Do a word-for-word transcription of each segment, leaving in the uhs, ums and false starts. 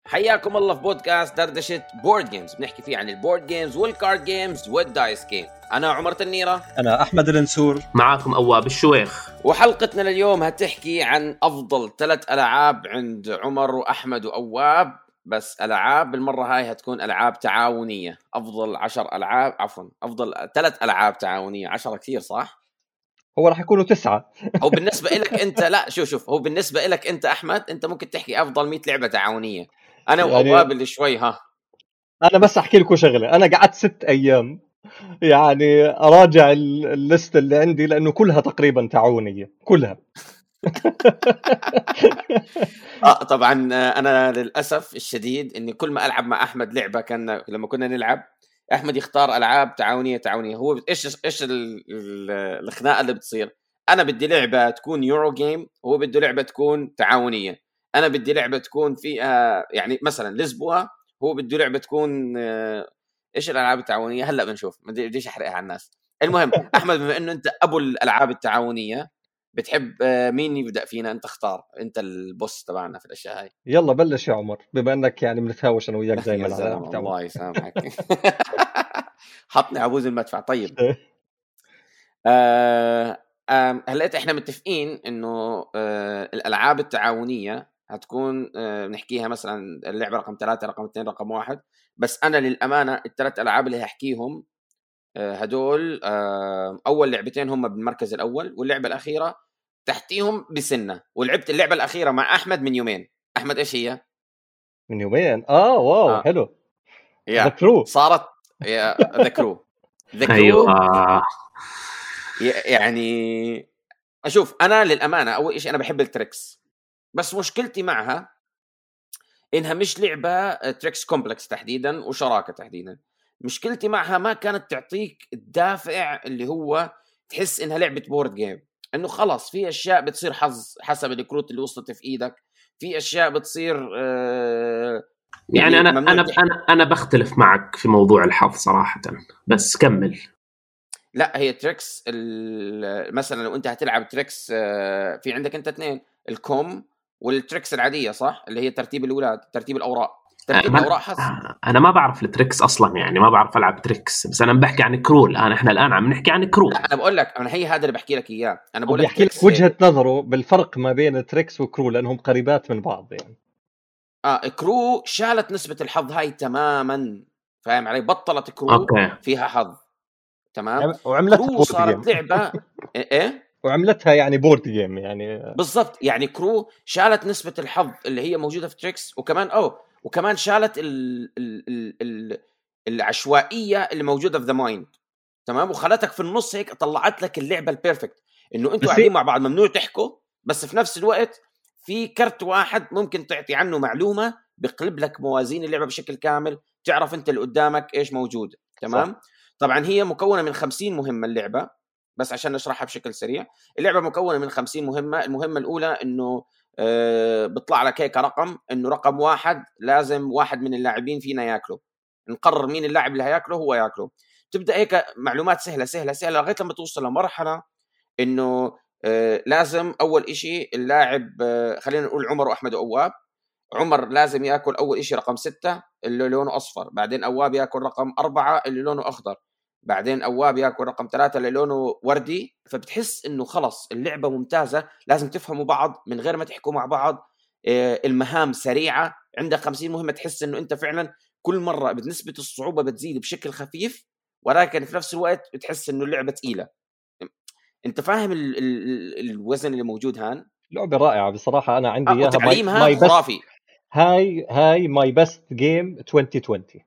حياكم الله في بودكاست دردشة بورد جيمز، بنحكي فيه عن البورد جيمز والكارد جيمز والدايس جيم. أنا عمر تنيرة، أنا أحمد النسور، معاكم أواب الشويخ. وحلقتنا لليوم هتحكي عن أفضل ثلاث ألعاب عند عمر وأحمد وأواب، بس ألعاب بالمرة هاي هتكون ألعاب تعاونية. أفضل عشر ألعاب عفوا أفضل ثلاث ألعاب تعاونية. عشرة كثير صح؟ هو راح يكونوا تسعة. هو بالنسبة إلك أنت لا شوف شوف هو بالنسبة إلك أنت أحمد، أنت ممكن تحكي أفضل مئة لعبة تعاونية. أنا يعني وأواب اللي شوي ها أنا بس أحكي لكم شغلة، أنا قعدت ست أيام يعني أراجع الليست اللي عندي لأنه كلها تقريبا تعاونية كلها. اه طبعا انا للاسف الشديد اني كل ما العب مع احمد لعبه، كان لما كنا نلعب احمد يختار العاب تعاونيه تعاونيه. هو ايش ايش الخناقه اللي بتصير؟ انا بدي لعبه تكون يورو جيم، هو بده لعبه تكون تعاونيه. انا بدي لعبه تكون فيها يعني مثلا لزبوه، هو بده لعبه تكون ايش الالعاب التعاونيه. هلا بنشوف، ما بديش احرقها على الناس. المهم احمد، بما انه انت ابو الالعاب التعاونيه، بتحب مين يبدأ فينا؟ انت اختار، انت البوس تبعنا في الاشياء هاي. يلا بلش يا عمر، بما انك يعني بنتهاوش انا وياك دائما على الله يسامحك. حطني عبوز المدفع. طيب آه هلأت احنا متفقين انه آه الالعاب التعاونيه هتكون آه نحكيها مثلا اللعبه رقم ثلاثة رقم اثنين رقم واحد. بس انا للامانه الثلاث العاب اللي هحكيهم آه هدول آه اول لعبتين هم بالمركز الاول، واللعبه الاخيره تحتيهم بسنة. ولعبت اللعبة الأخيرة مع أحمد من يومين. أحمد إيش هي؟ من يومين. آه واو آه. حلو. ذا كرو صارت ذا كرو ذا كرو أيوة. يعني أشوف أنا للأمانة أول إشي أنا بحب التريكس، بس مشكلتي معها إنها مش لعبة تريكس كومبلكس تحديدا وشراكة تحديدا. مشكلتي معها ما كانت تعطيك الدافع اللي هو تحس إنها لعبة بورد جيم، انه خلاص في اشياء بتصير حظ حسب الكروت اللي وصلت في ايدك، في اشياء بتصير آه يعني, يعني انا انا انا انا بختلف معك في موضوع الحظ صراحه، بس كمل. لا هي تريكس مثلا لو انت هتلعب تريكس آه في عندك انت اثنين، الكوم والتريكس العاديه صح، اللي هي ترتيب الاولاد، ترتيب الاوراق. ترتيب الاوراق حظ. انا ما بعرف التريكس اصلا، يعني ما بعرف العب تريكس، بس انا بحكي عن كرو الان. احنا الان عم نحكي عن كرو. لا انا بقول لك، انا هي هذا اللي بحكي لك اياه. انا بقول لك لك وجهه نظره بالفرق ما بين تريكس وكرو لانهم قريبات من بعض يعني. اه كرو شالت نسبه الحظ هاي تماما، فاهم علي؟ بطلت كرو أوكي. فيها حظ تمام. وعملتها كرو صارت لعبه ايه وعملتها يعني بورد جيم يعني بالضبط. يعني كرو شالت نسبة الحظ اللي هي موجودة في تريكس، وكمان أو وكمان شالت ال ال ال ال العشوائية اللي موجودة في ذا مايند تمام، وخلتك في النص هيك، طلعت لك اللعبة البيرفكت انه انتوا قاعدين مع بعض ممنوع تحكوا، بس في نفس الوقت في كرت واحد ممكن تعطي عنه معلومة بيقلب لك موازين اللعبة بشكل كامل، تعرف انت اللي قدامك ايش موجود تمام. صح. طبعا هي مكونة من خمسين مهمة اللعبة، بس عشان نشرحها بشكل سريع. اللعبة مكونة من خمسين مهمة. المهمة الأولى إنه آه بيطلع لك هيك رقم، إنه رقم واحد لازم واحد من اللاعبين فينا يأكله، نقرر مين اللاعب اللي هيأكله هو يأكله. تبدأ هيك معلومات سهلة سهلة سهلة لغاية لما توصل لمرحلة إنه آه لازم أول إشي اللاعب آه خلينا نقول عمر وأحمد وأواب. عمر لازم يأكل أول إشي رقم ستة اللي لونه أصفر، بعدين أواب يأكل رقم أربعة اللي لونه أخضر، بعدين أواب يأكل رقم ثلاثة اللي لونه وردي. فبتحس إنه خلص اللعبة ممتازة، لازم تفهموا بعض من غير ما تحكوا مع بعض. المهام سريعة، عندك خمسين مهمة، تحس إنه أنت فعلا كل مرة بنسبة الصعوبة بتزيد بشكل خفيف، ولكن في نفس الوقت بتحس إنه اللعبة ثقيلة. أنت فاهم ال ال الوزن اللي موجود هان؟ لعبة رائعة بصراحة. أنا عندي إياها تعليمها خرافي. هاي هاي ماي بست جيم ألفين وعشرين.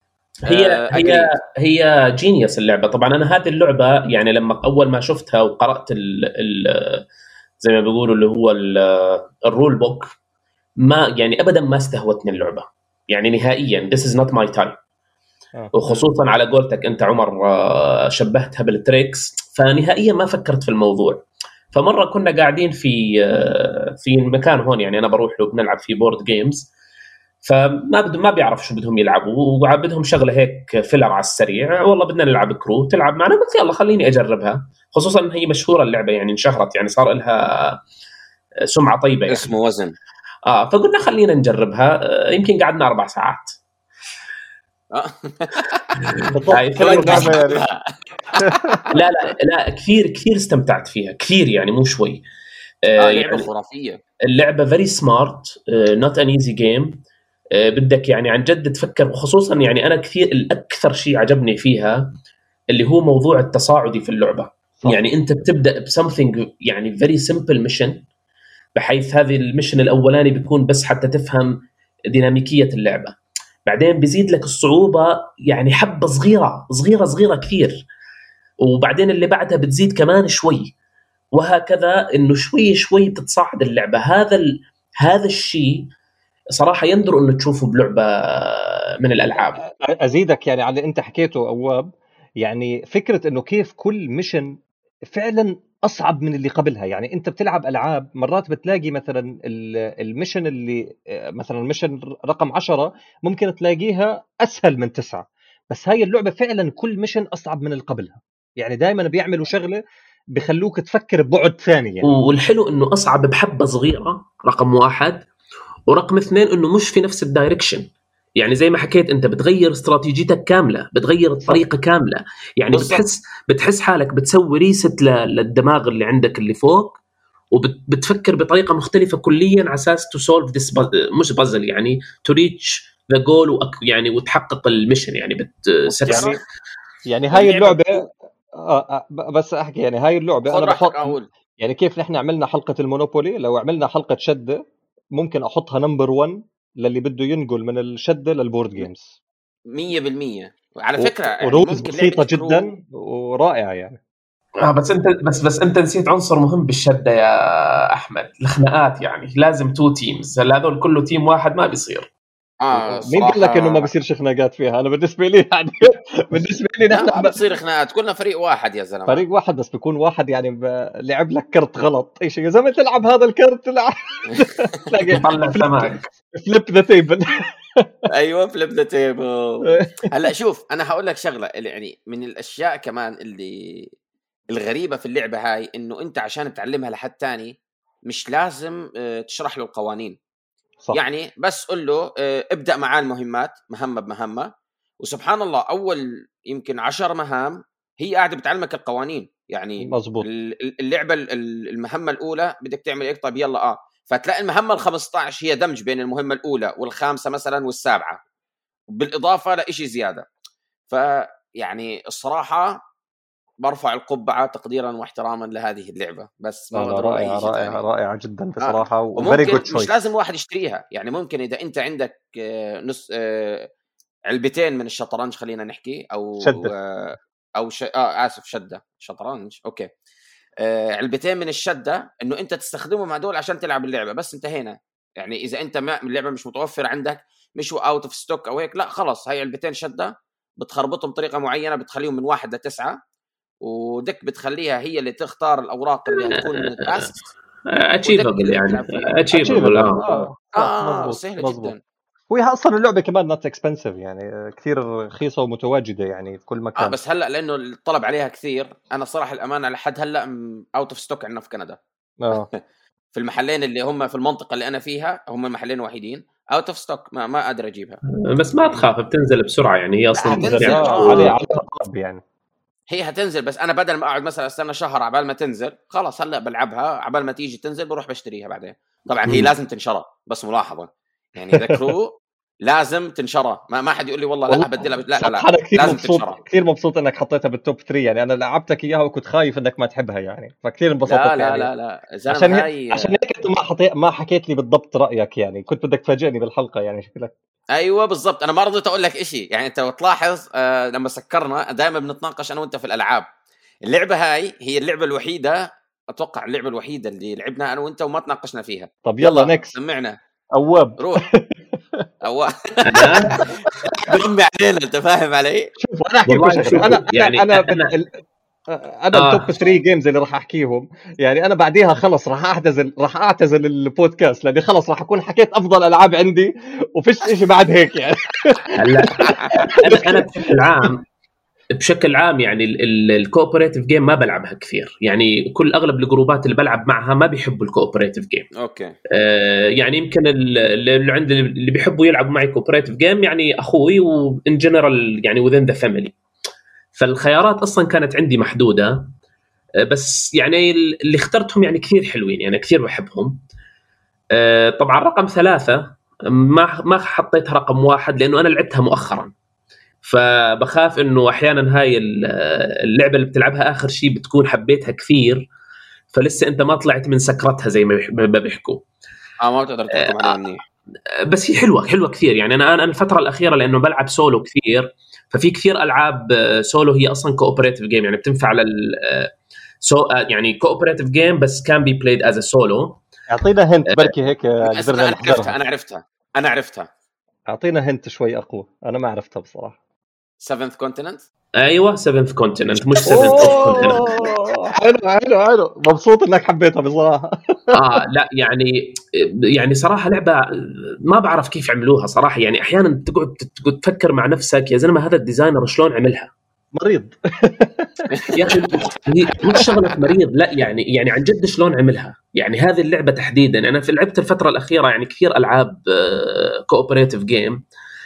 هي هي هي جينيوس اللعبه. طبعا انا هذه اللعبه يعني لما اول ما شفتها وقرات ال ال زي ما بيقولوا اللي هو الرول بوك، ما يعني ابدا ما استهوتني اللعبه يعني نهائيا. this is not my type. وخصوصا على قولتك انت عمر شبهتها بالتريكس، فنهائيا ما فكرت في الموضوع. فمره كنا قاعدين في في مكان هون يعني انا بروح له بنلعب في بورد جيمز، فما بدهم ما بيعرف شو بدهم يلعبوا وعبدهم شغله هيك فيلر على السريع، والله بدنا نلعب كرو تلعب معنا، قلت يلا خليني اجربها. خصوصا ان هي مشهوره اللعبه يعني انشهرت، يعني صار لها سمعه طيبه يعني. اسمه وزن اه فقلنا خلينا نجربها. آه يمكن قعدنا اربع ساعات. لا لا لا كثير كثير استمتعت فيها كثير يعني مو شوي. آه لعبة يعني خرافية. اللعبة very smart uh, not an easy game. uh, بدك يعني عن جد تفكر. وخصوصا يعني أنا كثير الأكثر شيء عجبني فيها اللي هو موضوع التصاعدي في اللعبة. صح. يعني أنت بتبدأ بسomething يعني very simple mission, بحيث هذه الميشن الأولاني بيكون بس حتى تفهم ديناميكية اللعبة. بعدين بيزيد لك الصعوبة يعني حبة صغيرة صغيرة صغيرة كثير, وبعدين اللي بعدها بتزيد كمان شوي, وهكذا إنه شوي شوي بتتصاعد اللعبة. هذا ال... هذا الشيء صراحة يندر إنه تشوفه بلعبة من الألعاب. أزيدك يعني على اللي أنت حكيته أواب, يعني فكرة إنه كيف كل ميشن فعلا أصعب من اللي قبلها. يعني أنت بتلعب ألعاب مرات بتلاقي مثلا الميشن اللي مثلا الميشن رقم عشرة ممكن تلاقيها أسهل من تسعة, بس هاي اللعبة فعلا كل ميشن أصعب من اللي قبلها. يعني دائما بيعملوا شغلة بخلوك تفكر ببعد ثاني يعني. والحلو إنه أصعب بحبة صغيرة رقم واحد, ورقم اثنين إنه مش في نفس الدايركشن. يعني زي ما حكيت أنت بتغير استراتيجيتك كاملة, بتغير الطريقة كاملة. يعني بالضبط. بتحس بتحس حالك بتسوي ريست للدماغ اللي عندك اللي فوق, وبتفكر بطريقة مختلفة كليا على أساس to solve this مش بازل يعني to reach the goal يعني وتحقق الميشن يعني بتسرع. يعني, يعني هاي اللعبة آه بس أحكي يعني هاي اللعبة أنا بحط أقول. يعني كيف نحن عملنا حلقة المونوبولي, لو عملنا حلقة شدة ممكن أحطها نمبر ون للي بده ينقل من الشدة للبورد جيمز مية بالمية. على فكرة و... يعني ممكن بسيطة جدا ورائعة يعني. آه بس أنت بس بس أنت نسيت عنصر مهم بالشدة يا أحمد, الخناقات. يعني لازم تو تيمز, هذول كله تيم واحد ما بيصير. آه مين قال لك انه ما بيصيرش خناقات فيها؟ انا بالنسبه لي يعني بالنسبه لي نحن ما بتصير خناقات, كلنا فريق واحد يا زلمه. فريق واحد بس بيكون واحد يعني لعب لك كرت غلط اي شيء, يا زلمه تلعب هذا الكرت تلعب تلاقي طلع سماك فليب ذا تيبل. ايوه فليب ذا تيبل. هلا شوف انا هقول لك شغله, يعني من الاشياء كمان اللي الغريبه في اللعبه هاي انه انت عشان تعلمها لحد تاني مش لازم تشرح له القوانين. صح. يعني بس قل له ابدأ معاه المهمات مهمة بمهمة, وسبحان الله أول يمكن عشر مهام هي قاعدة بتعلمك القوانين. يعني مزبوط. اللعبة المهمة الأولى بدك تعمل إيه, طيب يلا آه فتلاقي المهمة الخمسة عشر هي دمج بين المهمة الأولى والخامسة مثلا والسابعة, بالإضافة لإشي زيادة. فيعني الصراحة برفع القبعة تقديرا واحتراما لهذه اللعبة. بس ما رائعة رائعة رائعة جدا بصراحة. آه. وممكن مش لازم واحد يشتريها, يعني ممكن إذا أنت عندك نص علبتين من الشطرنج خلينا نحكي, أو شدة. أو ش... آه آسف شدة شطرنج أوكي آه علبتين من الشدة, إنه أنت تستخدمهم هدول عشان تلعب اللعبة بس انتهينا. يعني إذا أنت ما اللعبة مش متوفر عندك, مش أوت أوف ستوك أو هيك, لا خلاص هاي علبتين شدة بتخربطهم بطريقة معينة, بتخليهم من واحد لتسعة, ودك بتخليها هي اللي تختار الأوراق اللي هتكون تاسك اتشيفبل يعني اتشيفبل. اه اه سهله جدا. وهي اصلا اللعبه كمان نوت اكسبنسيف, يعني كثير رخيصه ومتواجده يعني في كل مكان. اه بس هلا لانه الطلب عليها كثير, انا صراحه الامانه لحد هلا اوت اوف ستوك عندنا في كندا. اه في المحلين اللي هم في المنطقه اللي انا فيها, هم المحلين وحيدين اوت اوف ستوك, ما ما قادر اجيبها. بس ما تخاف بتنزل بسرعه, يعني هي اصلا يعني على على يعني هي هتنزل, بس انا بدل ما اقعد مثلا استنى شهر عبال ما تنزل, خلاص هلا بلعبها عبال ما تيجي تنزل بروح بشتريها بعدين. طبعا هي لازم تنشرى, بس ملاحظه يعني ذكروا لازم تنشرى, ما ما حد يقول لي والله لا ابدلها, لا لا, لا. انا كثير لازم مبسوط تنشرى. كثير مبسوط انك حطيتها بالتوب ثلاثة, يعني انا لعبتك اياها وكنت خايف انك ما تحبها يعني, فكثير انبسطت. لا لا يعني لا لا عشان هاي... عشان هيك انت ما حطيت ما حكيت لي بالضبط رايك, يعني كنت بدك تفاجئني بالحلقه يعني شكلك. ايوه بالضبط, انا ما رضيت اقول لك إشي. يعني انت تلاحظ آه لما سكرنا دائما بنتناقش انا وانت في الالعاب. اللعبه هاي هي اللعبه الوحيده, اتوقع اللعبه الوحيده اللي لعبناها انا وانت وما تناقشنا فيها. طب يلا, يلا نكس سمعنا اواب روح اواب برمي علينا, انت فاهم علي؟ شوف انا احكي لك انا يعني انا انا, أنا, أنا آه. التوب ثلاثة جيمز اللي راح احكيهم, يعني انا بعديها خلص راح اعتزل راح اعتزل البودكاست, لاني خلص راح اكون حكيت افضل العاب عندي وفيش شيء بعد هيك يعني. هلا انا انا بشكل عام بشكل عام يعني الكوبريتيف جيم ما بلعبها كثير، يعني كل اغلب الجروبات اللي بلعب معها ما بيحبوا الكوبريتيف جيم. اوكي آه يعني يمكن اللي عندي اللي بيحبوا يلعبوا معي كوبريتيف جيم يعني اخوي وان جنرال يعني within the family، فالخيارات اصلا كانت عندي محدوده. آه بس يعني اللي اخترتهم يعني كثير حلوين، يعني كثير بحبهم. آه طبعا رقم ثلاثة ما ما حطيتها رقم واحد لانه انا لعبتها مؤخرا، فبخاف انه احيانا هاي اللعبه اللي بتلعبها اخر شيء بتكون حبيتها كثير، فلسه انت ما طلعت من سكرتها زي ما بيحكوا. اه ما بتقدر تحكم عليها منيح، بس هي حلوه حلوه كثير. يعني انا انا الفتره الاخيره لانه بلعب سولو كثير، ففي كثير العاب سولو هي اصلا كوبريتيف جيم، يعني بتنفع على سو يعني كوبريتيف جيم بس كان بي بلايد از سولو. اعطينا هنت بركي هيك قدرنا نحضرها. انا عرفتها انا عرفتها اعطينا هنت شوي اقوى، انا ما عرفتها بصراحه. سفنث كونتيننت. ايوه سفنث كونتيننت مش سفنث كونتيننت. حلو حلو حلو، مبسوط انك حبيتها بصراحه. اه لا يعني يعني صراحه لعبه ما بعرف كيف عملوها صراحه، يعني احيانا تقعد تفكر مع نفسك يا زلمه هذا الديزاينر شلون عملها. مريض يا اخي مش شغله مريض، لا يعني يعني عن جد شلون عملها. يعني هذه اللعبه تحديدا انا في لعبت الفتره الاخيره يعني كثير العاب كوبريتيف جيم،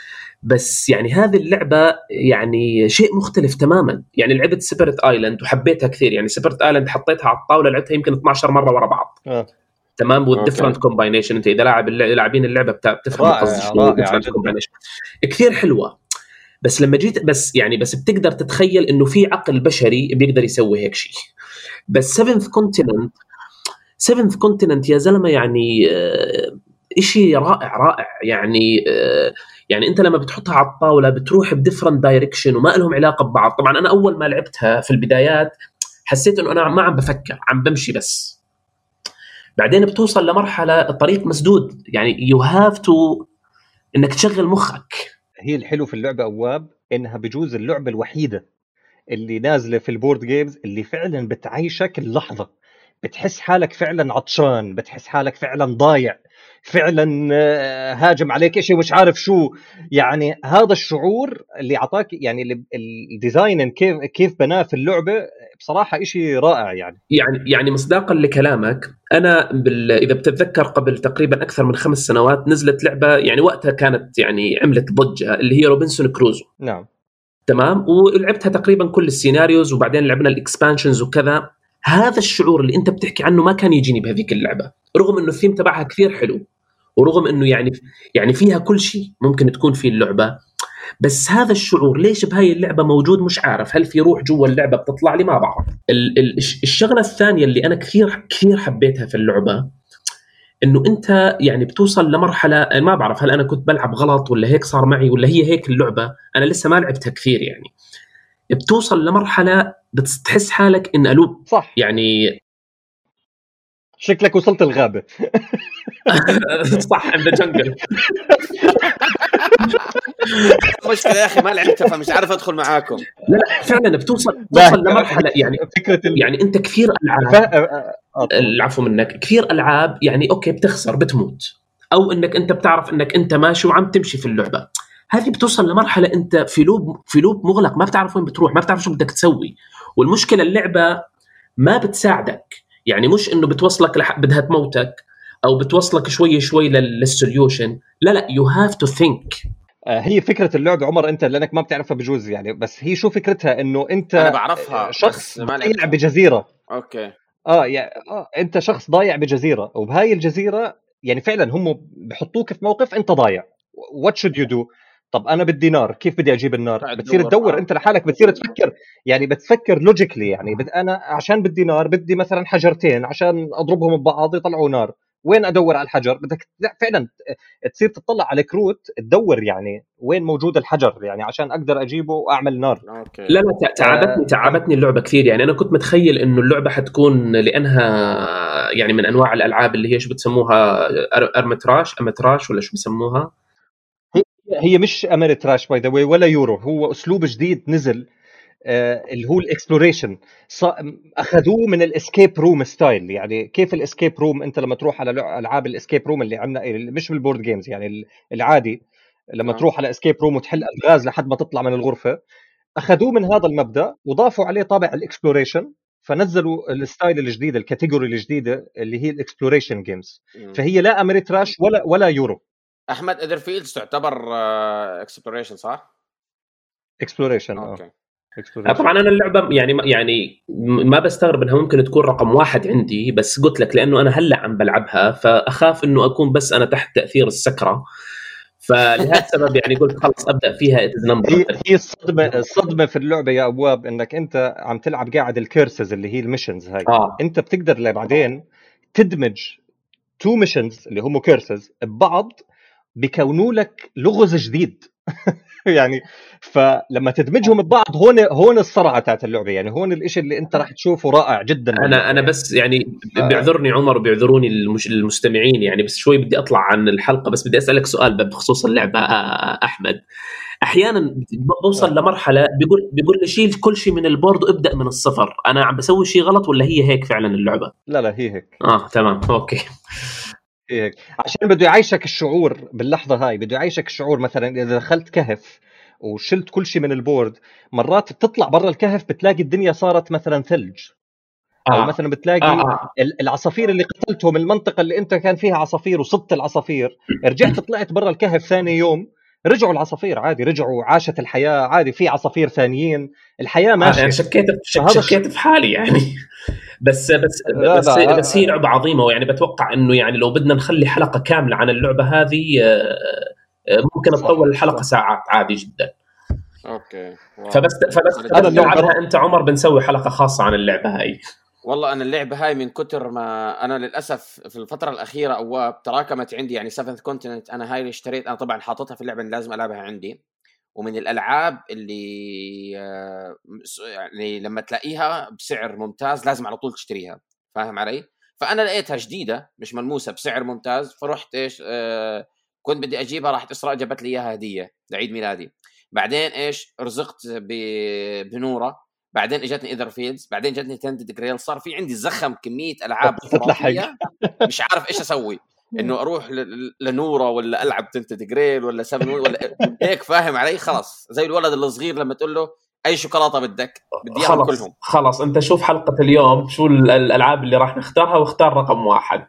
بس يعني هذه اللعبه يعني شيء مختلف تماما. يعني لعبت سيبرت ايلاند وحبيتها كثير، يعني سيبرت ايلاند حطيتها على الطاوله لعبتها يمكن اثنا عشر مره ورا بعض. أه. تمام والديفرنت كومباينيشن، انت اذا لاعب لاعبين اللعبه بتفهم قصدي شنو ديفرنت كومباينيشن كثير حلوه. بس لما جيت بس يعني بس بتقدر تتخيل انه في عقل بشري بيقدر يسوي هيك شيء. بس سيفنث كونتيننت سيفنث كونتيننت يا زلمه يعني آه شيء رائع رائع. يعني آه يعني انت لما بتحطها على الطاوله بتروح بديفرنت دايركشن وما لهم علاقه ببعض. طبعا انا اول ما لعبتها في البدايات حسيت انه انا ما عم بفكر، عم بمشي بس. بعدين بتوصل لمرحله الطريق مسدود، يعني يو هاف تو انك تشغل مخك. هي الحلو في اللعبه أواب انها بجوز اللعبه الوحيده اللي نازله في البورد جيمز اللي فعلا بتعيشك اللحظه، بتحس حالك فعلا عطشان، بتحس حالك فعلا ضايع، فعلا هاجم عليك شيء مش عارف شو. يعني هذا الشعور اللي عطاك، يعني الديزاين كيف كيف بناه في اللعبه بصراحه شيء رائع. يعني يعني يعني مصداقا لكلامك انا بال... اذا بتتذكر قبل تقريبا اكثر من خمس سنوات نزلت لعبه يعني وقتها كانت يعني عملت ضجه اللي هي روبنسون كروزو. نعم تمام، ولعبتها تقريبا كل السيناريوز وبعدين لعبنا الاكسبانشنز وكذا. هذا الشعور اللي انت بتحكي عنه ما كان يجيني بهذيك اللعبه، رغم انه الثيم تبعها كثير حلو ورغم انه يعني يعني فيها كل شيء ممكن تكون في اللعبه. بس هذا الشعور ليش بهاي اللعبه موجود مش عارف. هل في روح جوا اللعبه بتطلع لي؟ ما بعرف. الشغله الثانيه اللي انا كثير كثير حبيتها في اللعبه انه انت يعني بتوصل لمرحله ما بعرف هل انا كنت بلعب غلط ولا هيك صار معي ولا هي هيك اللعبه، انا لسه ما لعبتها كثير. يعني بتوصل لمرحله بتحس حالك ان قلوب صح، يعني شكلك وصلت الغابه. صح عند جنجل. مشكلة يا أخي ما لعبتها فمش عارف أدخل معاكم. لا لا فعلا بتوصل توصل لمرحلة يعني فكرة ال... يعني أنت كثير ألعاب العفو منك كثير ألعاب يعني أوكي بتخسر بتموت، أو إنك أنت بتعرف إنك أنت ماشي وعم تمشي في اللعبة. هذه بتوصل لمرحلة أنت في لوب في لوب مغلق، ما بتعرف وين بتروح، ما بتعرف شو بدك تسوي. والمشكلة اللعبة ما بتساعدك، يعني مش إنه بتوصلك لح... بدها تموتك أو بتوصلك شوي شوي للسوليوشن. لا لا you have to think. هي فكرة اللعبة عمر أنت لأنك ما بتعرفها بجوز يعني، بس هي شو فكرتها إنه أنت أنا بعرفها شخص ضايع بجزيرة. أوكي آه يعني آه أنت شخص ضايع بجزيرة، وبهاي الجزيرة يعني فعلا هم بحطوك في موقف أنت ضايع. what should you do؟ طب أنا بدي نار، كيف بدي أجيب النار؟ بتصير تدور آه. أنت لحالك بتصير تفكر، يعني بتفكر لوجيكلي. يعني بد أنا عشان بدي نار بدي مثلا حجرتين عشان أضربهم ببعض يطلعوا نار، وين أدور على الحجر؟ بدك فعلا تصير تطلع على كروت تدور يعني وين موجود الحجر يعني عشان أقدر أجيبه وأعمل نار. أوكي. لا لا تعبتني تعبتني اللعبة كثير. يعني أنا كنت متخيل إنه اللعبة حتكون لأنها يعني من أنواع الألعاب اللي هي شو بتسموها أرمتراش أمتراش ولا شو بسموها؟ هي هي مش أمتراش باي ذا واي ولا يورو، هو أسلوب جديد نزل آه اللي هو الاكسبلوريشن. اخذوه من الاسكيب روم ستايل. يعني كيف الاسكيب روم انت لما تروح على العاب الاسكيب روم اللي عندنا مش بالبورد جيمز يعني العادي، لما آه. تروح على اسكيب روم وتحل الغاز لحد ما تطلع من الغرفه، اخذوه من هذا المبدا وضافوا عليه طابع الاكسبلوريشن، فنزلوا الستايل الجديد الكاتيجوري الجديده اللي هي الاكسبلوريشن جيمز. فهي لا امريتراش ولا ولا يورو. احمد اذرفيلدز تعتبر اكسبلوريشن صح؟ اكسبلوريشن اوكي. آه طبعا انا اللعبه يعني يعني ما بستغرب انها ممكن تكون رقم واحد عندي، بس قلت لك لانه انا هلا عم بلعبها فاخاف انه اكون بس انا تحت تاثير السكره، فلهذا السبب يعني قلت خلص ابدا فيها. هي هي الصدمه الصدمه في اللعبه يا ابواب انك انت عم تلعب قاعد الكيرسز اللي هي الميشنز هاي. آه. انت بتقدر بعدين تدمج تو ميشنز اللي هم كيرسز ببعض بيكونوا لك لغز جديد يعني فلما تدمجهم ببعض هون هون الصرعه تاعت اللعبه، يعني هون الاشي اللي انت راح تشوفه رائع جدا. انا انا بس يعني بيعذرني عمر وبيعذروني المستمعين يعني، بس شوي بدي اطلع عن الحلقه، بس بدي اسالك سؤال بخصوص اللعبه احمد. احيانا بوصل لمرحله بيقول بيقول لي شيل كل شيء من البورد وابدا من الصفر، انا عم بسوي شيء غلط ولا هي هيك فعلا اللعبه؟ لا لا هي هيك. اه تمام اوكي. هيك عشان بده يعيشك الشعور باللحظه هاي، بده يعيشك الشعور. مثلا اذا دخلت كهف وشلت كل شيء من البورد، مرات بتطلع برا الكهف بتلاقي الدنيا صارت مثلا ثلج، او آه. مثلا بتلاقي آه. آه. العصافير اللي قتلتهم المنطقه اللي انت كان فيها عصافير وصدت العصافير، رجعت طلعت برا الكهف ثاني يوم رجعوا العصافير عادي، رجعوا عاشت الحياه عادي، في عصافير ثانيين، الحياه ماشيه. آه يعني شكيت شكيت في حالي يعني بس بس لا بس, لا بس هي لعبه عظيمه، ويعني بتوقع انه يعني لو بدنا نخلي حلقه كامله عن اللعبه هذه ممكن تطول الحلقه ساعات عادي جدا. اوكي. فبس فبس انا نلعبها انت عمر بنسوي حلقه خاصه عن اللعبه هاي. والله انا اللعبه هاي من كتر ما انا للاسف في الفتره الاخيره اواب تراكمت عندي، يعني سفنث كونتيننت انا هاي اللي اشتريت، انا طبعا حاططها في اللعبه لازم العبها عندي، ومن الالعاب اللي يعني لما تلاقيها بسعر ممتاز لازم على طول تشتريها، فاهم علي؟ فانا لقيتها جديده مش ملموسه بسعر ممتاز، فرحت ايش آه كنت بدي اجيبها، راحت اسراء جابت لي اياها هديه لعيد ميلادي. بعدين ايش رزقت بنوره، بعدين اجتني ايذرفيلدز، بعدين جتني تندد جريل، صار في عندي زخم كميه العاب خرافيه مش عارف ايش اسوي، انه اروح لنوره ولا العب تندد جريل ولا سفن ولا هيك، فاهم علي؟ خلاص زي الولد الصغير لما تقول له اي شوكولاته بدك بدي اياهم كلهم. خلاص انت شوف حلقه اليوم شو الالعاب اللي راح نختارها واختار رقم واحد.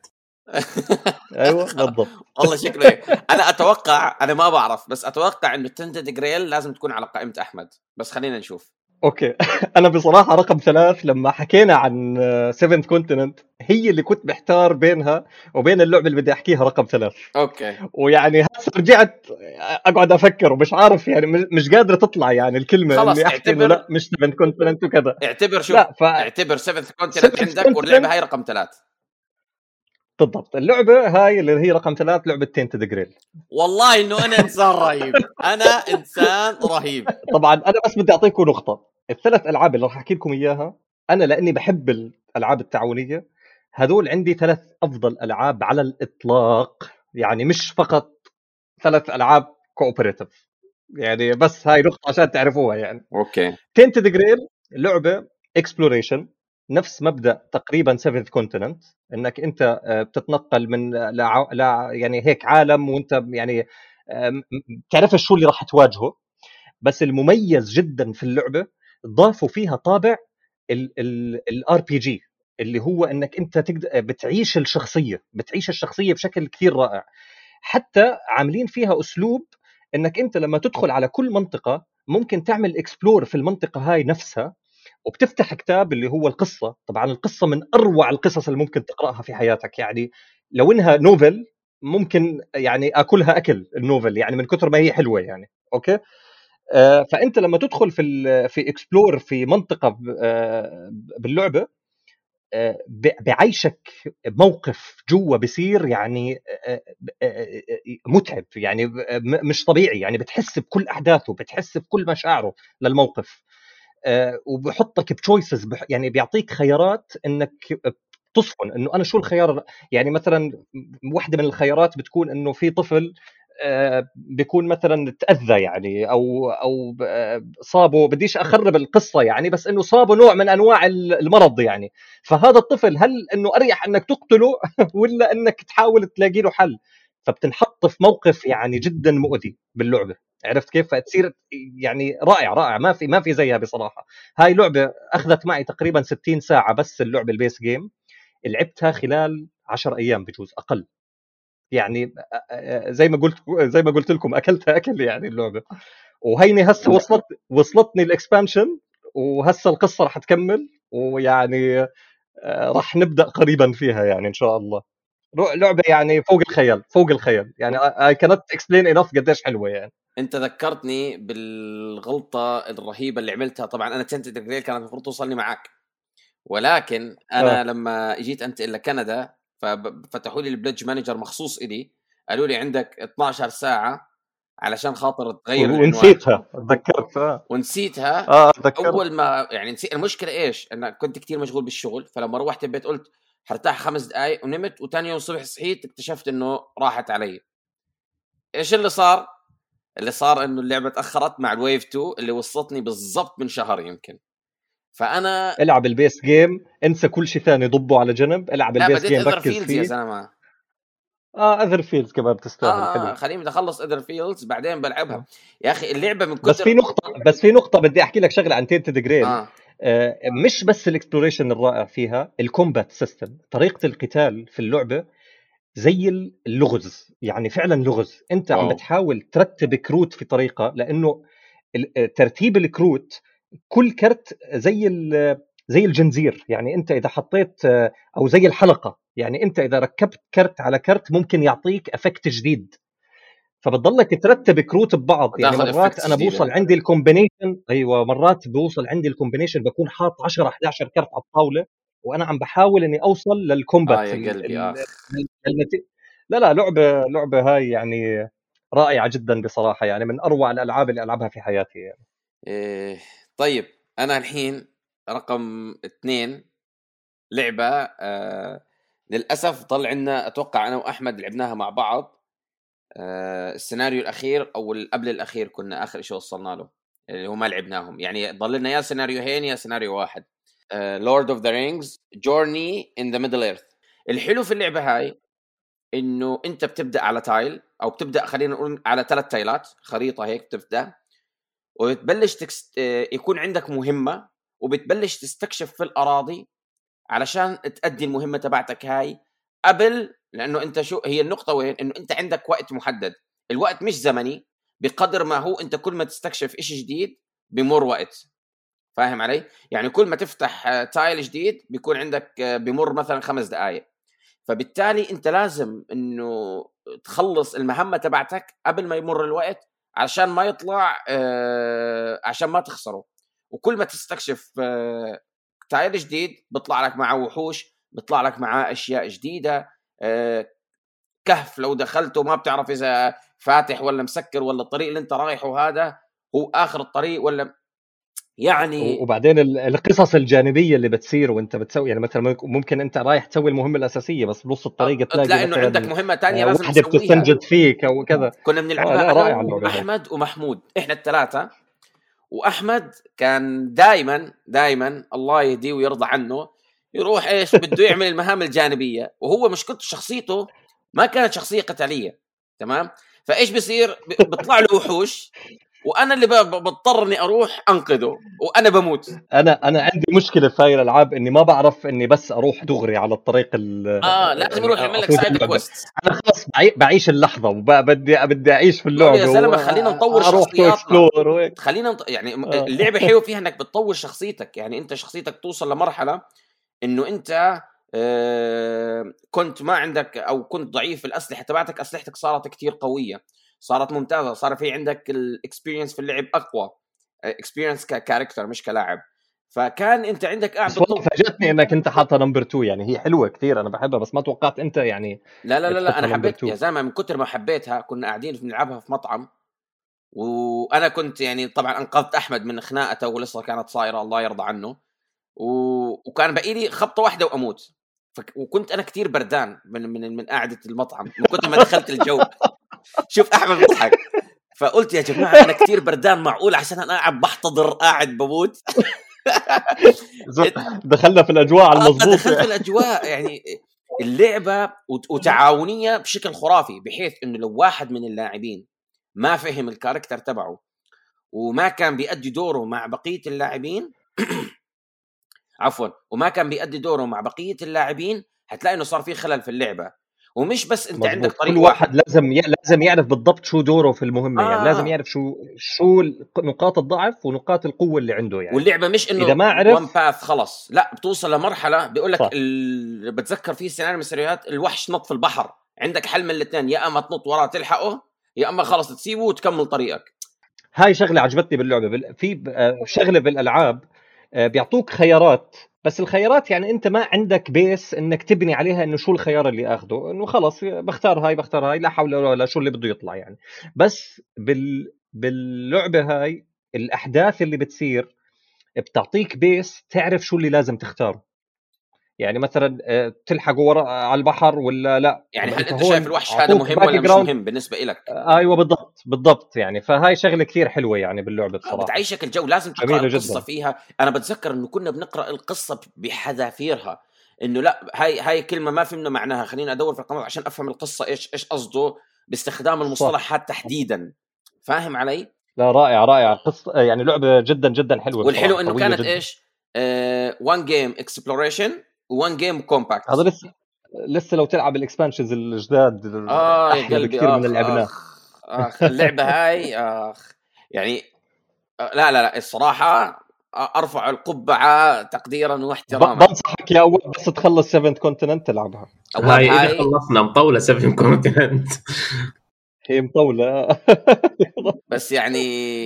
ايوه بالضبط. والله شكله ايه. انا اتوقع انا ما بعرف بس اتوقع انه تندد جريل لازم تكون على قائمه احمد، بس خلينا نشوف. اوكي انا بصراحه رقم ثلاث لما حكينا عن سيفنث كونتيننت هي اللي كنت محتار بينها وبين اللعبه اللي بدي احكيها رقم ثلاث. اوكي. ويعني هسه رجعت اقعد افكر ومش عارف يعني مش قادره تطلع يعني الكلمه اللي احكي انه لا مش سيفنث كونتيننت وكذا. اعتبر شوف ف... اعتبر سيفنث كونتيننت عندك واللعبه هاي رقم ثلاث. بالضبط. اللعبه هاي اللي هي رقم ثلاث لعبه تينتد جريل. والله انه انا انسان رهيب، انا انسان رهيب. طبعا انا بس بدي اعطيكم نقطه، الثلاث العاب اللي راح احكي لكم اياها انا لاني بحب الالعاب التعاونيه، هذول عندي ثلاث افضل العاب على الاطلاق، يعني مش فقط ثلاث العاب كوبريتيف، يعني بس هاي نقطه عشان تعرفوها يعني. اوكي. تينتد جريل لعبه اكسبلوريشن نفس مبدا تقريبا سيفنث كونتيننت، انك انت بتتنقل من لا, لا يعني هيك عالم وانت يعني تعرف شو اللي راح تواجهه. بس المميز جدا في اللعبه ضافوا فيها طابع الار بي جي اللي هو انك انت تقدر بتعيش الشخصيه بتعيش الشخصيه بشكل كثير رائع. حتى عاملين فيها اسلوب انك انت لما تدخل على كل منطقه ممكن تعمل اكسبلور في المنطقه هاي نفسها، وبتفتح كتاب اللي هو القصه. طبعا القصه من اروع القصص اللي ممكن تقراها في حياتك، يعني لو انها نوفل ممكن يعني اكلها اكل النوفل يعني من كثر ما هي حلوه يعني. اوكي. آه فانت لما تدخل في في اكسبلور في منطقه آه باللعبه آه بعيشك موقف جوا بصير يعني آه آه متعب، يعني مش طبيعي، يعني بتحس بكل احداثه، بتحس بكل مشاعره للموقف. آه وبحطك بتشويسز، يعني بيعطيك خيارات انك تصفن انه انا شو الخيار. يعني مثلا واحده من الخيارات بتكون انه في طفل آه بيكون مثلا تاذى يعني او او صابه، بديش اخرب القصه يعني، بس انه صابه نوع من انواع المرض يعني. فهذا الطفل هل انه اريح انك تقتله ولا انك تحاول تلاقي له حل؟ فبتنحط في موقف يعني جدا مؤذي باللعبه. عرفت كيف؟ فتصير يعني رائع رائع، ما في ما في زيها بصراحه. هاي لعبه اخذت معي تقريبا ستين ساعه، بس اللعبه البيس جيم لعبتها خلال عشر ايام بجوز اقل يعني. زي ما قلت زي ما قلت لكم اكلتها اكل يعني اللعبه. وهيني هسه وصلت وصلتني الاكسبانشن، وهسه القصه راح تكمل، ويعني راح نبدا قريبا فيها يعني ان شاء الله. لعبه يعني فوق الخيال فوق الخيال يعني. I cannot explain enough قديش حلوه يعني. انت ذكرتني بالغلطه الرهيبه اللي عملتها. طبعا انا تنت جريل كانت المفروض توصلني معك، ولكن انا آه. لما جيت انتقل لكندا ففتحوا لي البلدج مانجر مخصوص الي، قالوا لي عندك اثناشر ساعه علشان خاطر تغير العنوان. ونسيتها تذكرت آه. ونسيتها اه تذكرت. اول ما يعني نسيت. المشكله ايش؟ انا كنت كتير مشغول بالشغل، فلما روحت البيت قلت هرتاح خمس دقائق ونمت، وتاني يوم الصبح صحيت اكتشفت انه راحت علي. ايش اللي صار؟ اللي صار انه اللعبه تاخرت مع الويف تو اللي وصلتني بالضبط من شهر يمكن. فانا العب البيس جيم، انسى كل شيء ثاني، ضبه على جنب، العب البيس جيم ركز فيه. يا زلمه اه اذر فيلدز كمان بتستاهل. آه حلو، خليني بدي اخلص اذر فيلدز بعدين بلعبها. آه. يا اخي اللعبه من كتر بس في نقطه بس في نقطه بدي احكي لك شغله عن تينتد جريل. آه. آه مش بس الاكسبلوريشن الرائع فيها، الكومبات سيستم، طريقه القتال في اللعبه زي اللغز يعني، فعلا لغز. انت واو. عم بتحاول ترتب كروت في طريقه، لانه ترتيب الكروت كل كرت زي زي الجنزير يعني. انت اذا حطيت او زي الحلقه يعني، انت اذا ركبت كرت على كرت ممكن يعطيك افكت جديد، فبتضلك ترتب كروت ببعض يعني. مرات انا بوصل عندي الكومبينيشن، ايوه مرات بوصل عندي الكومبينيشن بكون حاط عشرة إحدى عشر كرت على الطاوله، وانا عم بحاول اني اوصل للكومبات. آه يا قلبي ال... ال... لا لا لعبه لعبه هاي يعني رائعه جدا بصراحه يعني، من اروع الالعاب اللي العبها في حياتي يعني. إيه طيب انا الحين رقم اثنين لعبه آه للاسف ضل عندنا، اتوقع انا واحمد لعبناها مع بعض. آه السيناريو الاخير او قبل الاخير كنا اخر شيء وصلنا له اللي هو ما لعبناهم يعني، ضل لنا يا سيناريوهين يا سيناريو واحد. لورد اوف ذا رينجز جورني ان ذا ميدل ايرث. الحلو في اللعبه هاي انه انت بتبدا على تايل، او بتبدا خلينا نقول على ثلاث تايلات، خريطه هيك بتبدا، وبتبلش تكست... يكون عندك مهمه، وبتبلش تستكشف في الاراضي علشان تأدي المهمه تبعتك هاي قبل. لانه انت شو هي النقطه وين؟ انه انت عندك وقت محدد، الوقت مش زمني بقدر ما هو انت كل ما تستكشف إشي جديد بمر وقت. فاهم علي؟ يعني كل ما تفتح تايل جديد بيكون عندك بمر مثلا خمس دقائق، فبالتالي انت لازم انه تخلص المهمه تبعتك قبل ما يمر الوقت عشان ما يطلع آه عشان ما تخسره. وكل ما تستكشف آه تايل جديد بيطلع لك معه وحوش، بيطلع لك معه اشياء جديده. آه كهف لو دخلته ما بتعرف اذا فاتح ولا مسكر، ولا الطريق اللي انت رايحه هذا هو اخر الطريق ولا يعني. وبعدين القصص الجانبيه اللي بتصير وانت بتسوي يعني، مثلا ممكن انت رايح تسوي المهمه الاساسيه بس بنص الطريق تلاقي, تلاقي انه عندك مهمه تانية لازم تسويها، وحده بتستنجد فيك او كذا. كنا بنلعبها آه انا واحمد ومحمود، احنا الثلاثه. واحمد كان دائما دائما الله يهديه ويرضى عنه يروح ايش بده يعمل المهام الجانبيه، وهو مشكلته شخصيته ما كانت شخصيه قتاليه تمام. فايش بيصير؟ بيطلع له وحوش وانا اللي بضطر اني اروح انقذه وانا بموت. انا انا عندي مشكله في هاي الالعاب اني ما بعرف اني بس اروح دغري على الطريق اه لازم اروح اعمل لك سايد كويست. انا خلاص بعيش اللحظه وبدي بدي اعيش في اللعبه يا زلمه. خلينا نطور شخصياتنا، خلينا نط... يعني آه. اللعبه حلو فيها انك بتطور شخصيتك، يعني انت شخصيتك توصل لمرحله انه انت آه كنت ما عندك او كنت ضعيف في الاسلحه تبعتك، اسلحتك صارت كتير قويه، صارت ممتازه، صار في عندك الاكسبيرينس في اللعب اقوى، اكسبيرينس ككاركتر مش كلاعب. فكان انت عندك قاعد بتطور. فاجأتني انك انت حاطه نمبر اثنين يعني، هي حلوه كثير انا بحبها، بس ما توقعت انت يعني. لا لا لا, لا انا حبيت يا زلمه، من كتر ما حبيتها كنا قاعدين بنلعبها في مطعم، وانا كنت يعني طبعا انقذت احمد من خناقته ولسه كانت صايره الله يرضى عنه، و... وكان بقي لي خبطه واحده واموت. ف... وكنت انا كتير بردان من من من قاعده المطعم من كتر ما دخلت الجو. شوف احمد بيضحك، فقلت يا جماعه انا كتير بردان، معقول عشان انا قاعد بحتضر قاعد بموت. دخلنا في الاجواء على المضبوط. دخلت في الاجواء يعني اللعبه وتعاونيه بشكل خرافي، بحيث انه لو واحد من اللاعبين ما فهم الكاركتر تبعه وما كان بيأدي دوره مع بقية اللاعبين عفوا وما كان بيأدي دوره مع بقية اللاعبين هتلاقي انه صار في خلل في اللعبة. ومش بس انت مظبوط. عندك طريق كل واحد لازم ي... لازم يعرف بالضبط شو دوره في المهمة. آه. يعني لازم يعرف شو شو نقاط الضعف ونقاط القوة اللي عنده. يعني واللعبة مش انه إذا ما عرف وان باث خلص، لا بتوصل لمرحلة بيقول لك صح. ال... بتذكر في سيناريو من السيناريوهات الوحش نط في البحر، عندك حل من الاثنين، يا اما تنط وراه تلحقه يا اما خلص تسيبه وتكمل طريقك. هاي شغلة عجبتني باللعبة. بال... في آه، شغلة بالألعاب آه، بيعطوك خيارات، بس الخيارات يعني انت ما عندك بيس انك تبني عليها انه شو الخيار اللي اخده، انه خلص بختار هاي بختار هاي لا حول ولا شو اللي بده يطلع يعني. بس بال باللعبة هاي الاحداث اللي بتصير بتعطيك بيس تعرف شو اللي لازم تختاره. يعني مثلا آه، تلحقوا وراء على البحر ولا لا. يعني طب هل انت هون شايف الوحش هذا عطوك مهم باك ولا مش جراوند. مهم بالنسبة لك؟ آه، ايوه بالضبط بالضبط. يعني فهاي شغلة كثير حلوة يعني باللعبة آه، بصراحة. بتعيشك الجو، لازم تقرأ جميلة القصة جدا. فيها. انا بتذكر انه كنا بنقرأ القصة بحذافيرها، انه لا هاي هاي كلمة ما فهمنا معناها، خلينا ادور في القاموس عشان افهم القصة ايش ايش قصده باستخدام المصطلحات تحديدا. فاهم علي؟ لا رائع رائع. قصة يعني لعبة جدا جدا حلوة. والحلو انه كانت جداً. ايش وان جيم اكسبلوريشن وان جيم كومباكت. هذا لسه لسه لو تلعب الاكسبانشنز الجداد اه يا احلى قلبي بكثير من اخ اللي لعبناه. اخ اخ اللعبة هاي اخ يعني آه، لا لا لا الصراحة ارفع القبعة تقديرا واحتراما. بنصحك يا اول بس تخلص سفنت كونتيننت تلعبها. اول هاي اذا هاي خلصنا مطوله سفن كونتيننت. هي مطولة. بس يعني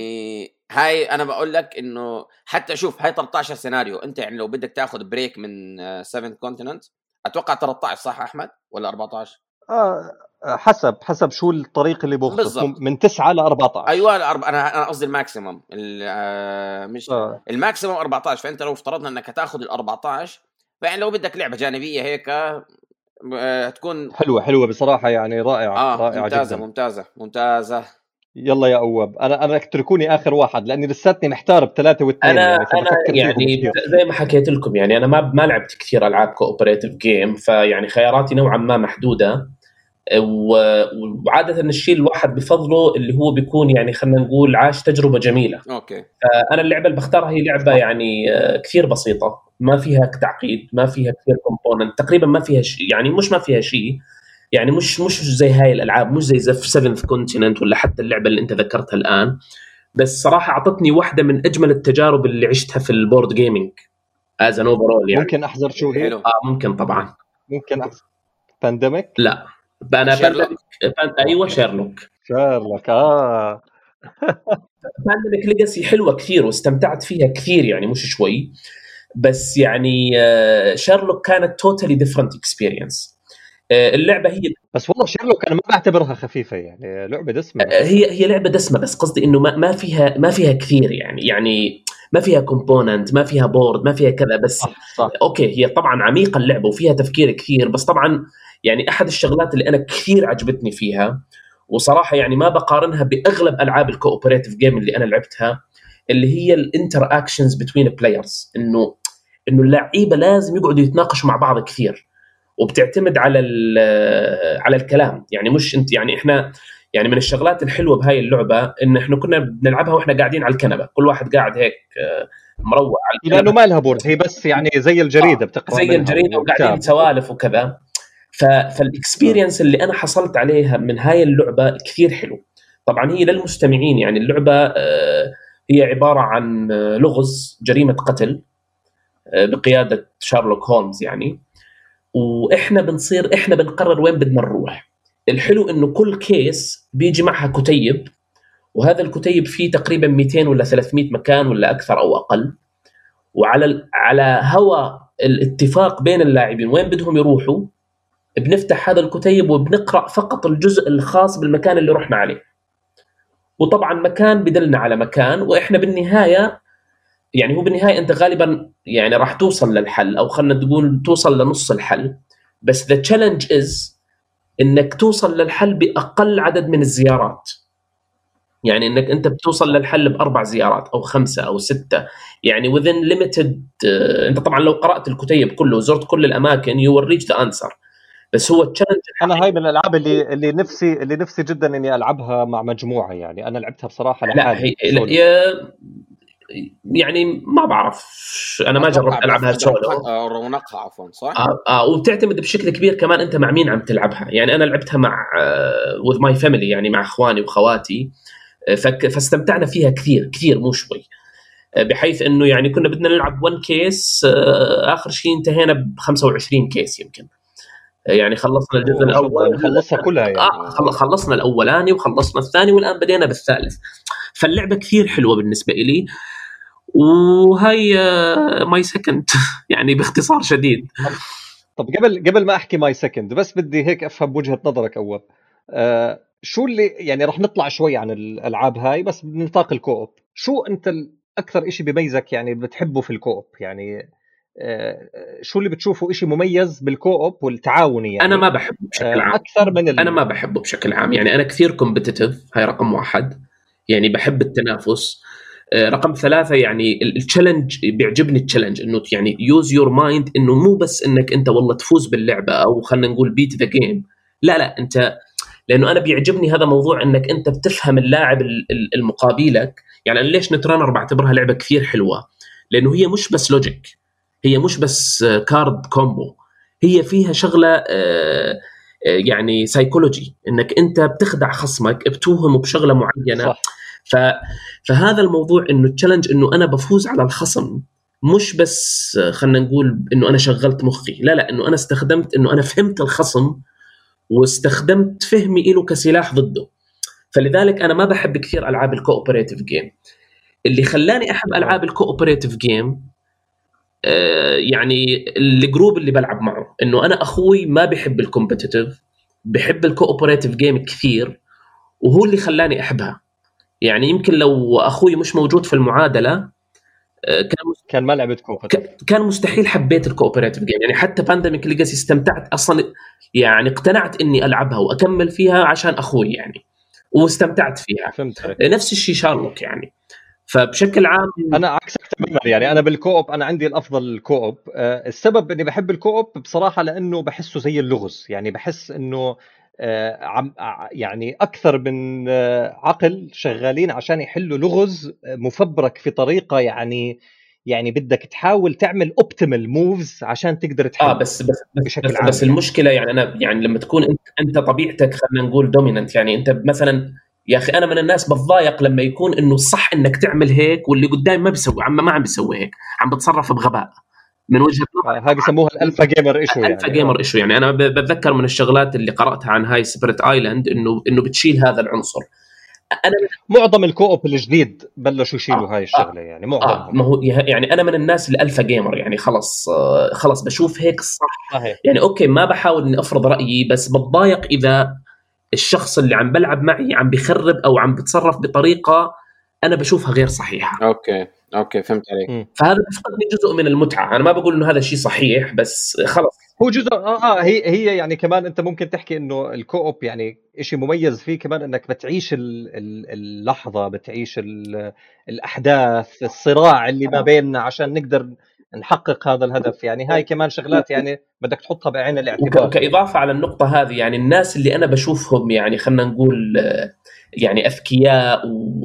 هاي انا بقول لك انه حتى شوف هاي ثلاثة عشر سيناريو، انت يعني لو بدك تاخذ بريك من سفن كونتيننت اتوقع ثلاثة عشر صح احمد ولا أربعة عشر؟ آه حسب حسب شو الطريق اللي بوخذه. بالضبط. من تسعة ل أربعة عشر. ايوه الأرب... انا انا قصدي الماكسيمم ال- مش آه. الماكسيمم أربعة عشر. فانت لو افترضنا انك هتاخذ ال أربعة عشر فيعني لو بدك لعبه جانبيه هيك آه، تكون حلوة حلوة بصراحة يعني رائعة اه رائعة ممتازه جدا. ممتازه ممتازه. يلا يا أواب أنا أنا اتركوني آخر واحد لأني لساتني محتار بثلاثة واثنين. انا يعني انا فبفكر فيهم يعني كثير. زي ما حكيت لكم يعني انا ما ما لعبت كثير العاب كوبريتيف جيم، فيعني خياراتي نوعا ما محدوده. و- وعاده الشيء الواحد بفضله اللي هو بيكون يعني خلينا نقول عاش تجربه جميله. اوكي انا اللعبه اللي بختارها هي لعبه يعني آه، كثير بسيطه، ما فيها تعقيد، ما فيها كثير كومبوننت، تقريبا ما فيها شيء، يعني مش ما فيها شيء، يعني مش مش زي هاي الالعاب، مش زي زف سفنث كونتيننت ولا حتى اللعبه اللي انت ذكرتها الان. بس صراحه اعطتني واحده من اجمل التجارب اللي عشتها في البورد جيمينج از ان اوفرول. يعني ممكن أحذر شو هي؟ حلو. اه ممكن طبعا. ممكن أحذر بانديميك. لا انا شيرلوك. بانديميك ايوه شيرلوك. شارلوك اه بانديميك ليجاسي حلوه كثير واستمتعت فيها كثير يعني مش شوي. بس يعني آه، شيرلوك كانت توتالي ديفرنت اكسبيرينس. اللعبه هي بس والله شيرلوك انا ما بعتبرها خفيفه، يعني لعبه دسمه. هي هي لعبه دسمه، بس قصدي انه ما ما فيها ما فيها كثير يعني يعني ما فيها كومبوننت، ما فيها بورد، ما فيها كذا. بس صح صح. اوكي هي طبعا عميقه اللعبه وفيها تفكير كثير، بس طبعا يعني احد الشغلات اللي انا كثير عجبتني فيها وصراحه يعني ما بقارنها باغلب العاب الكوبريتيف جيم اللي انا لعبتها، اللي هي الانتر اكشنز بتوين بلايرز. انه انه اللعيبه لازم يقعدوا يتناقشوا مع بعض كثير، وبتعتمد على على الكلام. يعني مش انت يعني احنا يعني من الشغلات الحلوه بهاي اللعبه ان احنا كنا بنلعبها واحنا قاعدين على الكنبه، كل واحد قاعد هيك مروق على الكنبه، لانه ما لها بورد، هي بس يعني زي الجريده آه بتقرا زي الجريده وقاعدين سوالف وكذا. فالاكسبيرينس اللي انا حصلت عليها من هاي اللعبه كثير حلو. طبعا هي للمستمعين يعني اللعبه آه هي عباره عن لغز جريمه قتل آه بقياده شارلوك هولمز يعني، واحنا بنصير احنا بنقرر وين بدنا نروح. الحلو انه كل كيس بيجي معها كتيب، وهذا الكتيب فيه تقريبا مئتين ولا ثلاثمئة مكان ولا اكثر او اقل، وعلى على هوا الاتفاق بين اللاعبين وين بدهم يروحوا بنفتح هذا الكتيب وبنقرأ فقط الجزء الخاص بالمكان اللي رحنا عليه. وطبعا مكان بدلنا على مكان، واحنا بالنهايه يعني هو بالنهايه انت غالبا يعني راح توصل للحل، او خلينا نقول توصل لنص الحل. بس the challenge is انك توصل للحل باقل عدد من الزيارات. يعني انك انت بتوصل للحل باربع زيارات او خمسه او سته، يعني within limited. انت طبعا لو قرات الكتيب كله وزرت كل الاماكن you will reach the answer. بس هو التشالنج. انا هاي من الالعاب اللي اللي نفسي اللي نفسي جدا اني العبها مع مجموعه، يعني انا لعبتها بصراحه لحالي. لا هي يعني ما بعرف، انا ما جربت العبها سولو. رونقها عفوا صح. اه, آه وبتعتمد بشكل كبير كمان انت مع مين عم تلعبها. يعني انا لعبتها مع with my family، يعني مع اخواني وخواتي، فاستمتعنا فيها كثير كثير مو شوي، بحيث انه يعني كنا بدنا نلعب one كيس، اخر شيء انتهينا ب خمسة وعشرين كيس يمكن. يعني خلصنا الجزء الاول، خلصنا كلها يعني. آه خلصنا الاولاني وخلصنا الثاني والان بدينا بالثالث. فاللعبه كثير حلوه بالنسبه لي، وهي ماي سكند يعني باختصار شديد. طب قبل قبل ما احكي ماي سكند، بس بدي هيك افهم وجهه نظرك اول. آه شو اللي يعني راح نطلع شوي عن الالعاب هاي بس بنطاق الكوب، شو انت اكثر إشي بيميزك يعني بتحبه في الكوب؟ يعني آه شو اللي بتشوفه إشي مميز بالكوب والتعاوني؟ يعني انا ما بحبه بشكل عام. آه اكثر من ال... انا ما بحبه بشكل عام، يعني انا كثير كومبيتيتيف، هاي رقم واحد، يعني بحب التنافس. رقم ثلاثة يعني التشالنج، بيعجبني التشالنج انه يعني يوز يور مايند، انه مو بس انك انت والله تفوز باللعبة او خلينا نقول بيت ذا جيم، لا لا انت، لانه انا بيعجبني هذا موضوع انك انت بتفهم اللاعب المقابلك. يعني أنا ليش نترانر بعتبرها لعبة كثير حلوة؟ لانه هي مش بس لوجيك، هي مش بس كارد كومبو، هي فيها شغلة يعني سايكولوجي، انك انت بتخدع خصمك، بتوهمه بشغلة معينة. صح. ف... فهذا الموضوع انه التشالنج انه انا بفوز على الخصم، مش بس خلينا نقول انه انا شغلت مخي، لا لا انه انا استخدمت انه انا فهمت الخصم واستخدمت فهمي له كسلاح ضده. فلذلك انا ما بحب كثير العاب الكوبريتيف جيم. اللي خلاني احب العاب الكوبريتيف جيم آه يعني الجروب اللي بلعب معه، انه انا اخوي ما بحب الكومبيتيتيف، بحب الكوبريتيف جيم كثير، وهو اللي خلاني احبها. يعني يمكن لو اخوي مش موجود في المعادله كان كان ما لعبت كوبريتيف، كان مستحيل حبيت الكوبريتيف جيم. يعني حتى بانديميك ليجاسي استمتعت اصلا، يعني اقتنعت اني العبها واكمل فيها عشان اخوي يعني، واستمتعت فيها. فهمت. نفس الشيء شارلوك يعني. فبشكل عام انا عكسك تماما، يعني انا بالكوب انا عندي الافضل الكوب. أه السبب اني بحب الكوب بصراحه لانه بحسه زي اللغز، يعني بحس انه أه عم يعني اكثر من أه عقل شغالين عشان يحلوا لغز مفبرك في طريقه، يعني يعني بدك تحاول تعمل اوبتيمال موفز عشان تقدر تحل. اه بس بس بس, بشكل بس, عام بس يعني. المشكله يعني انا يعني لما تكون انت انت طبيعتك خلينا نقول دوميننت، يعني انت مثلا يا اخي انا من الناس بتضايق لما يكون انه الصح انك تعمل هيك واللي قدام ما بيسوي، عم ما عم بيسوي هيك، عم بتصرف بغباء من وجهه نظري. هاي بيسموها الالفا جيمر ايشو. يعني الالفا جيمر ايشو. يعني انا بتذكر من الشغلات اللي قراتها عن هاي سبيريت ايلاند انه انه بتشيل هذا العنصر. انا معظم الكوب الجديد بلشوا يشيلوا آه هاي الشغله، يعني معظمهم. آه ما هو يعني انا من الناس الالفا جيمر، يعني خلص آه خلص بشوف هيك الصح. آه يعني اوكي ما بحاول اني افرض رايي، بس بتضايق اذا الشخص اللي عم بلعب معي عم بيخرب او عم بتصرف بطريقه انا بشوفها غير صحيحه. اوكي اوكي فهمت عليك. فهذا بيفقدني جزء من المتعه. انا ما بقول انه هذا الشيء صحيح، بس خلص هو جزء اه اه هي هي يعني كمان انت ممكن تحكي انه الكوب يعني شيء مميز فيه كمان انك بتعيش اللحظه، بتعيش الاحداث، الصراع اللي ما بيننا عشان نقدر نحقق هذا الهدف. يعني هاي كمان شغلات يعني بدك تحطها بعين الاعتبار. وكإضافة على النقطة هذه، يعني الناس اللي أنا بشوفهم يعني خلنا نقول يعني أذكياء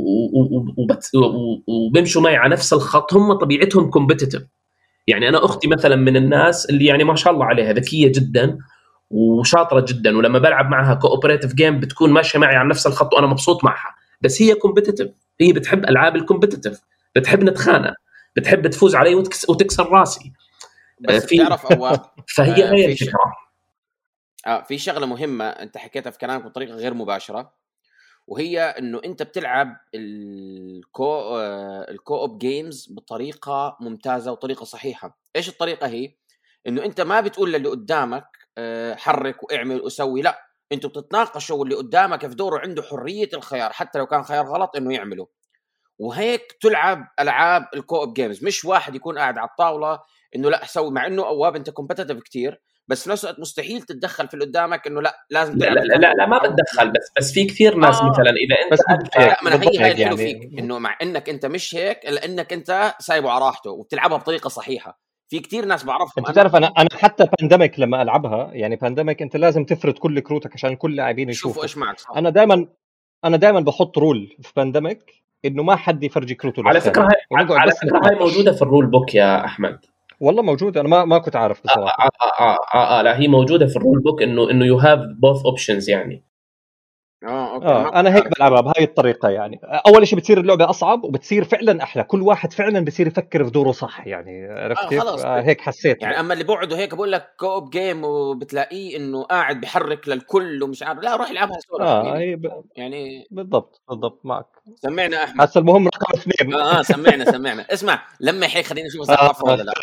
وبمشوا معي على نفس الخط، هم طبيعتهم كومبيتيتيف. يعني أنا أختي مثلا من الناس اللي يعني ما شاء الله عليها ذكية جدا وشاطرة جدا، ولما بلعب معها كوبريتيف جيم بتكون ماشية معي على نفس الخط وأنا مبسوط معها. بس هي كومبيتيتيف، هي بتحب ألعاب الكومبيتيتيف، بتحب نتخانق، بتحب تفوز علي وتكسر راسي. بس في تعرف أواب فهي هي الفكرة. آه في شغلة مهمة أنت حكيتها في كلامك بطريقة غير مباشرة، وهي إنه أنت بتلعب الكو آه الكوب جيمز بطريقة ممتازة وطريقة صحيحة. إيش الطريقة هي؟ إنه أنت ما بتقول للي قدامك آه حرك وإعمل وسوي، لا، أنتوا بتتناقشوا واللي قدامك في دوره عنده حرية الخيار حتى لو كان خيار غلط إنه يعمله. وهيك تلعب ألعاب الكوب جيمز، مش واحد يكون قاعد على الطاولة إنه لا سوي، مع إنه أواب أنت كومبيتيتيف كتير، بس في نفس الوقت مستحيل تتدخل في اللي قدامك انه لا لازم لا لا, لا لا ما بتدخل. بس بس في كثير ناس آه مثلا اذا انت بس لا من هي هاي الحلو فيك انه مع انك انت مش هيك الا انك انت سايبه على راحته وبتلعبها بطريقه صحيحه. في كتير ناس بعرفهم. انت تعرف انا انا حتى بانديميك لما العبها، يعني بانديميك انت لازم تفرد كل كروتك عشان كل لاعبين يشوفوا ايش معك. صح. انا دائما انا دائما بحط رول في بانديميك انه ما حد يفرجي كروته على فكره هاي على فكره هاي نتناقش. موجوده في الرول بوك يا احمد. والله موجوده، انا ما ما كنت عارف بصراحه. آه آه آه آه آه لا هي موجوده في الرول بوك انه انه يو هاف بوث اوبشنز يعني. اه اوكي. آه انا هيك بلعبها بهاي الطريقه. يعني اول شيء بتصير اللعبه اصعب وبتصير فعلا احلى، كل واحد فعلا بصير يفكر في دوره صح. يعني عرفت آه كيف؟ آه هيك حسيت يعني. اما اللي بقعدوا هيك بقول لك كوب جيم وبتلاقيه انه قاعد بيحرك للكل ومش عارف، لا روح العبها سولو. اه هي ب... يعني بالضبط بالضبط معك. سمعنا احمد هسه المهم رقم اثنين. اه, آه سمعنا سمعنا اسمع لما هيك خلينا نشوف اذا عرفها ولا لا.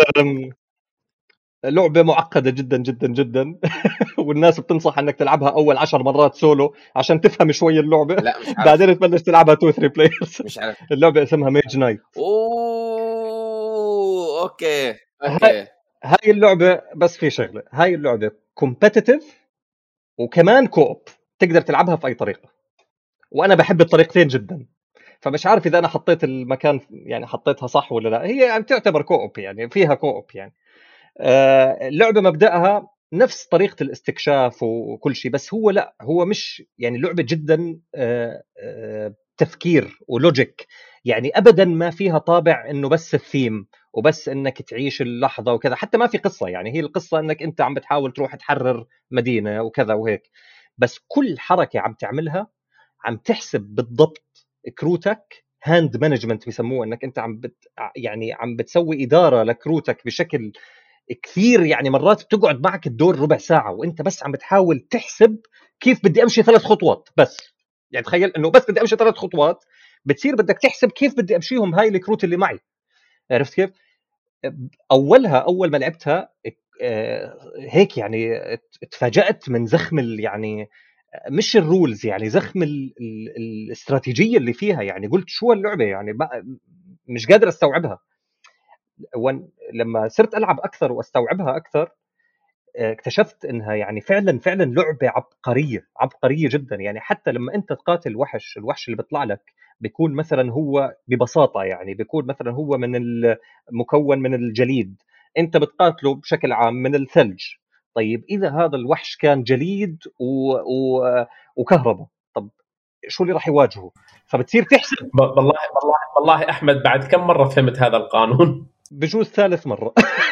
لعبة معقدة جدا جدا جدا والناس بتنصح انك تلعبها اول عشر مرات سولو عشان تفهم شوي اللعبة. لا مش عارف. بعدين تبلش تلعبها تو ثري بلايرز. مش عارف. اللعبة اسمها ميج نايت. اوه اوكي اوكي. هاي, هاي اللعبة بس في شغلة، هاي اللعبة كومبيتيتيف وكمان كوب، تقدر تلعبها في اي طريقة، وانا بحب الطريقتين جدا. فمش عارف اذا انا حطيت المكان يعني حطيتها صح ولا لا. هي يعني تعتبر كوب، يعني فيها كوب يعني. اللعبة مبدأها نفس طريقة الاستكشاف وكل شيء، بس هو لا هو مش يعني لعبة جدا تفكير ولوجيك. يعني أبدا ما فيها طابع إنه بس الثيم وبس إنك تعيش اللحظة وكذا. حتى ما في قصة، يعني هي القصة إنك أنت عم بتحاول تروح تحرر مدينة وكذا وهيك. بس كل حركة عم تعملها عم تحسب بالضبط كروتك. هاند مانجمنت بيسموه، انك انت عم بت يعني عم بتسوي اداره لكروتك بشكل كثير. يعني مرات بتقعد معك الدور ربع ساعه وانت بس عم بتحاول تحسب كيف بدي امشي ثلاث خطوات بس. يعني تخيل انه بس بدي امشي ثلاث خطوات، بتصير بدك تحسب كيف بدي امشيهم هاي الكروت اللي معي. عرفت كيف؟ اولها اول ما لعبتها هيك يعني اتفاجأت من زخم يعني مش الرولز، يعني زخم ال ال الاستراتيجية اللي فيها. يعني قلت شو اللعبة، يعني مش قادر استوعبها. لما صرت ألعب أكثر واستوعبها أكثر اكتشفت انها يعني فعلا فعلا لعبة عبقرية عبقرية جدا. يعني حتى لما انت تقاتل وحش، الوحش اللي بيطلع لك بيكون مثلا هو ببساطة يعني بيكون مثلا هو من المكون من الجليد، انت بتقاتله بشكل عام من الثلج. طيب اذا هذا الوحش كان جليد و... و... وكهرباء، طب شو اللي راح يواجهه؟ فبتصير تحسب. والله والله والله احمد بعد كم مرة فهمت هذا القانون؟ بجوز ثالث مرة.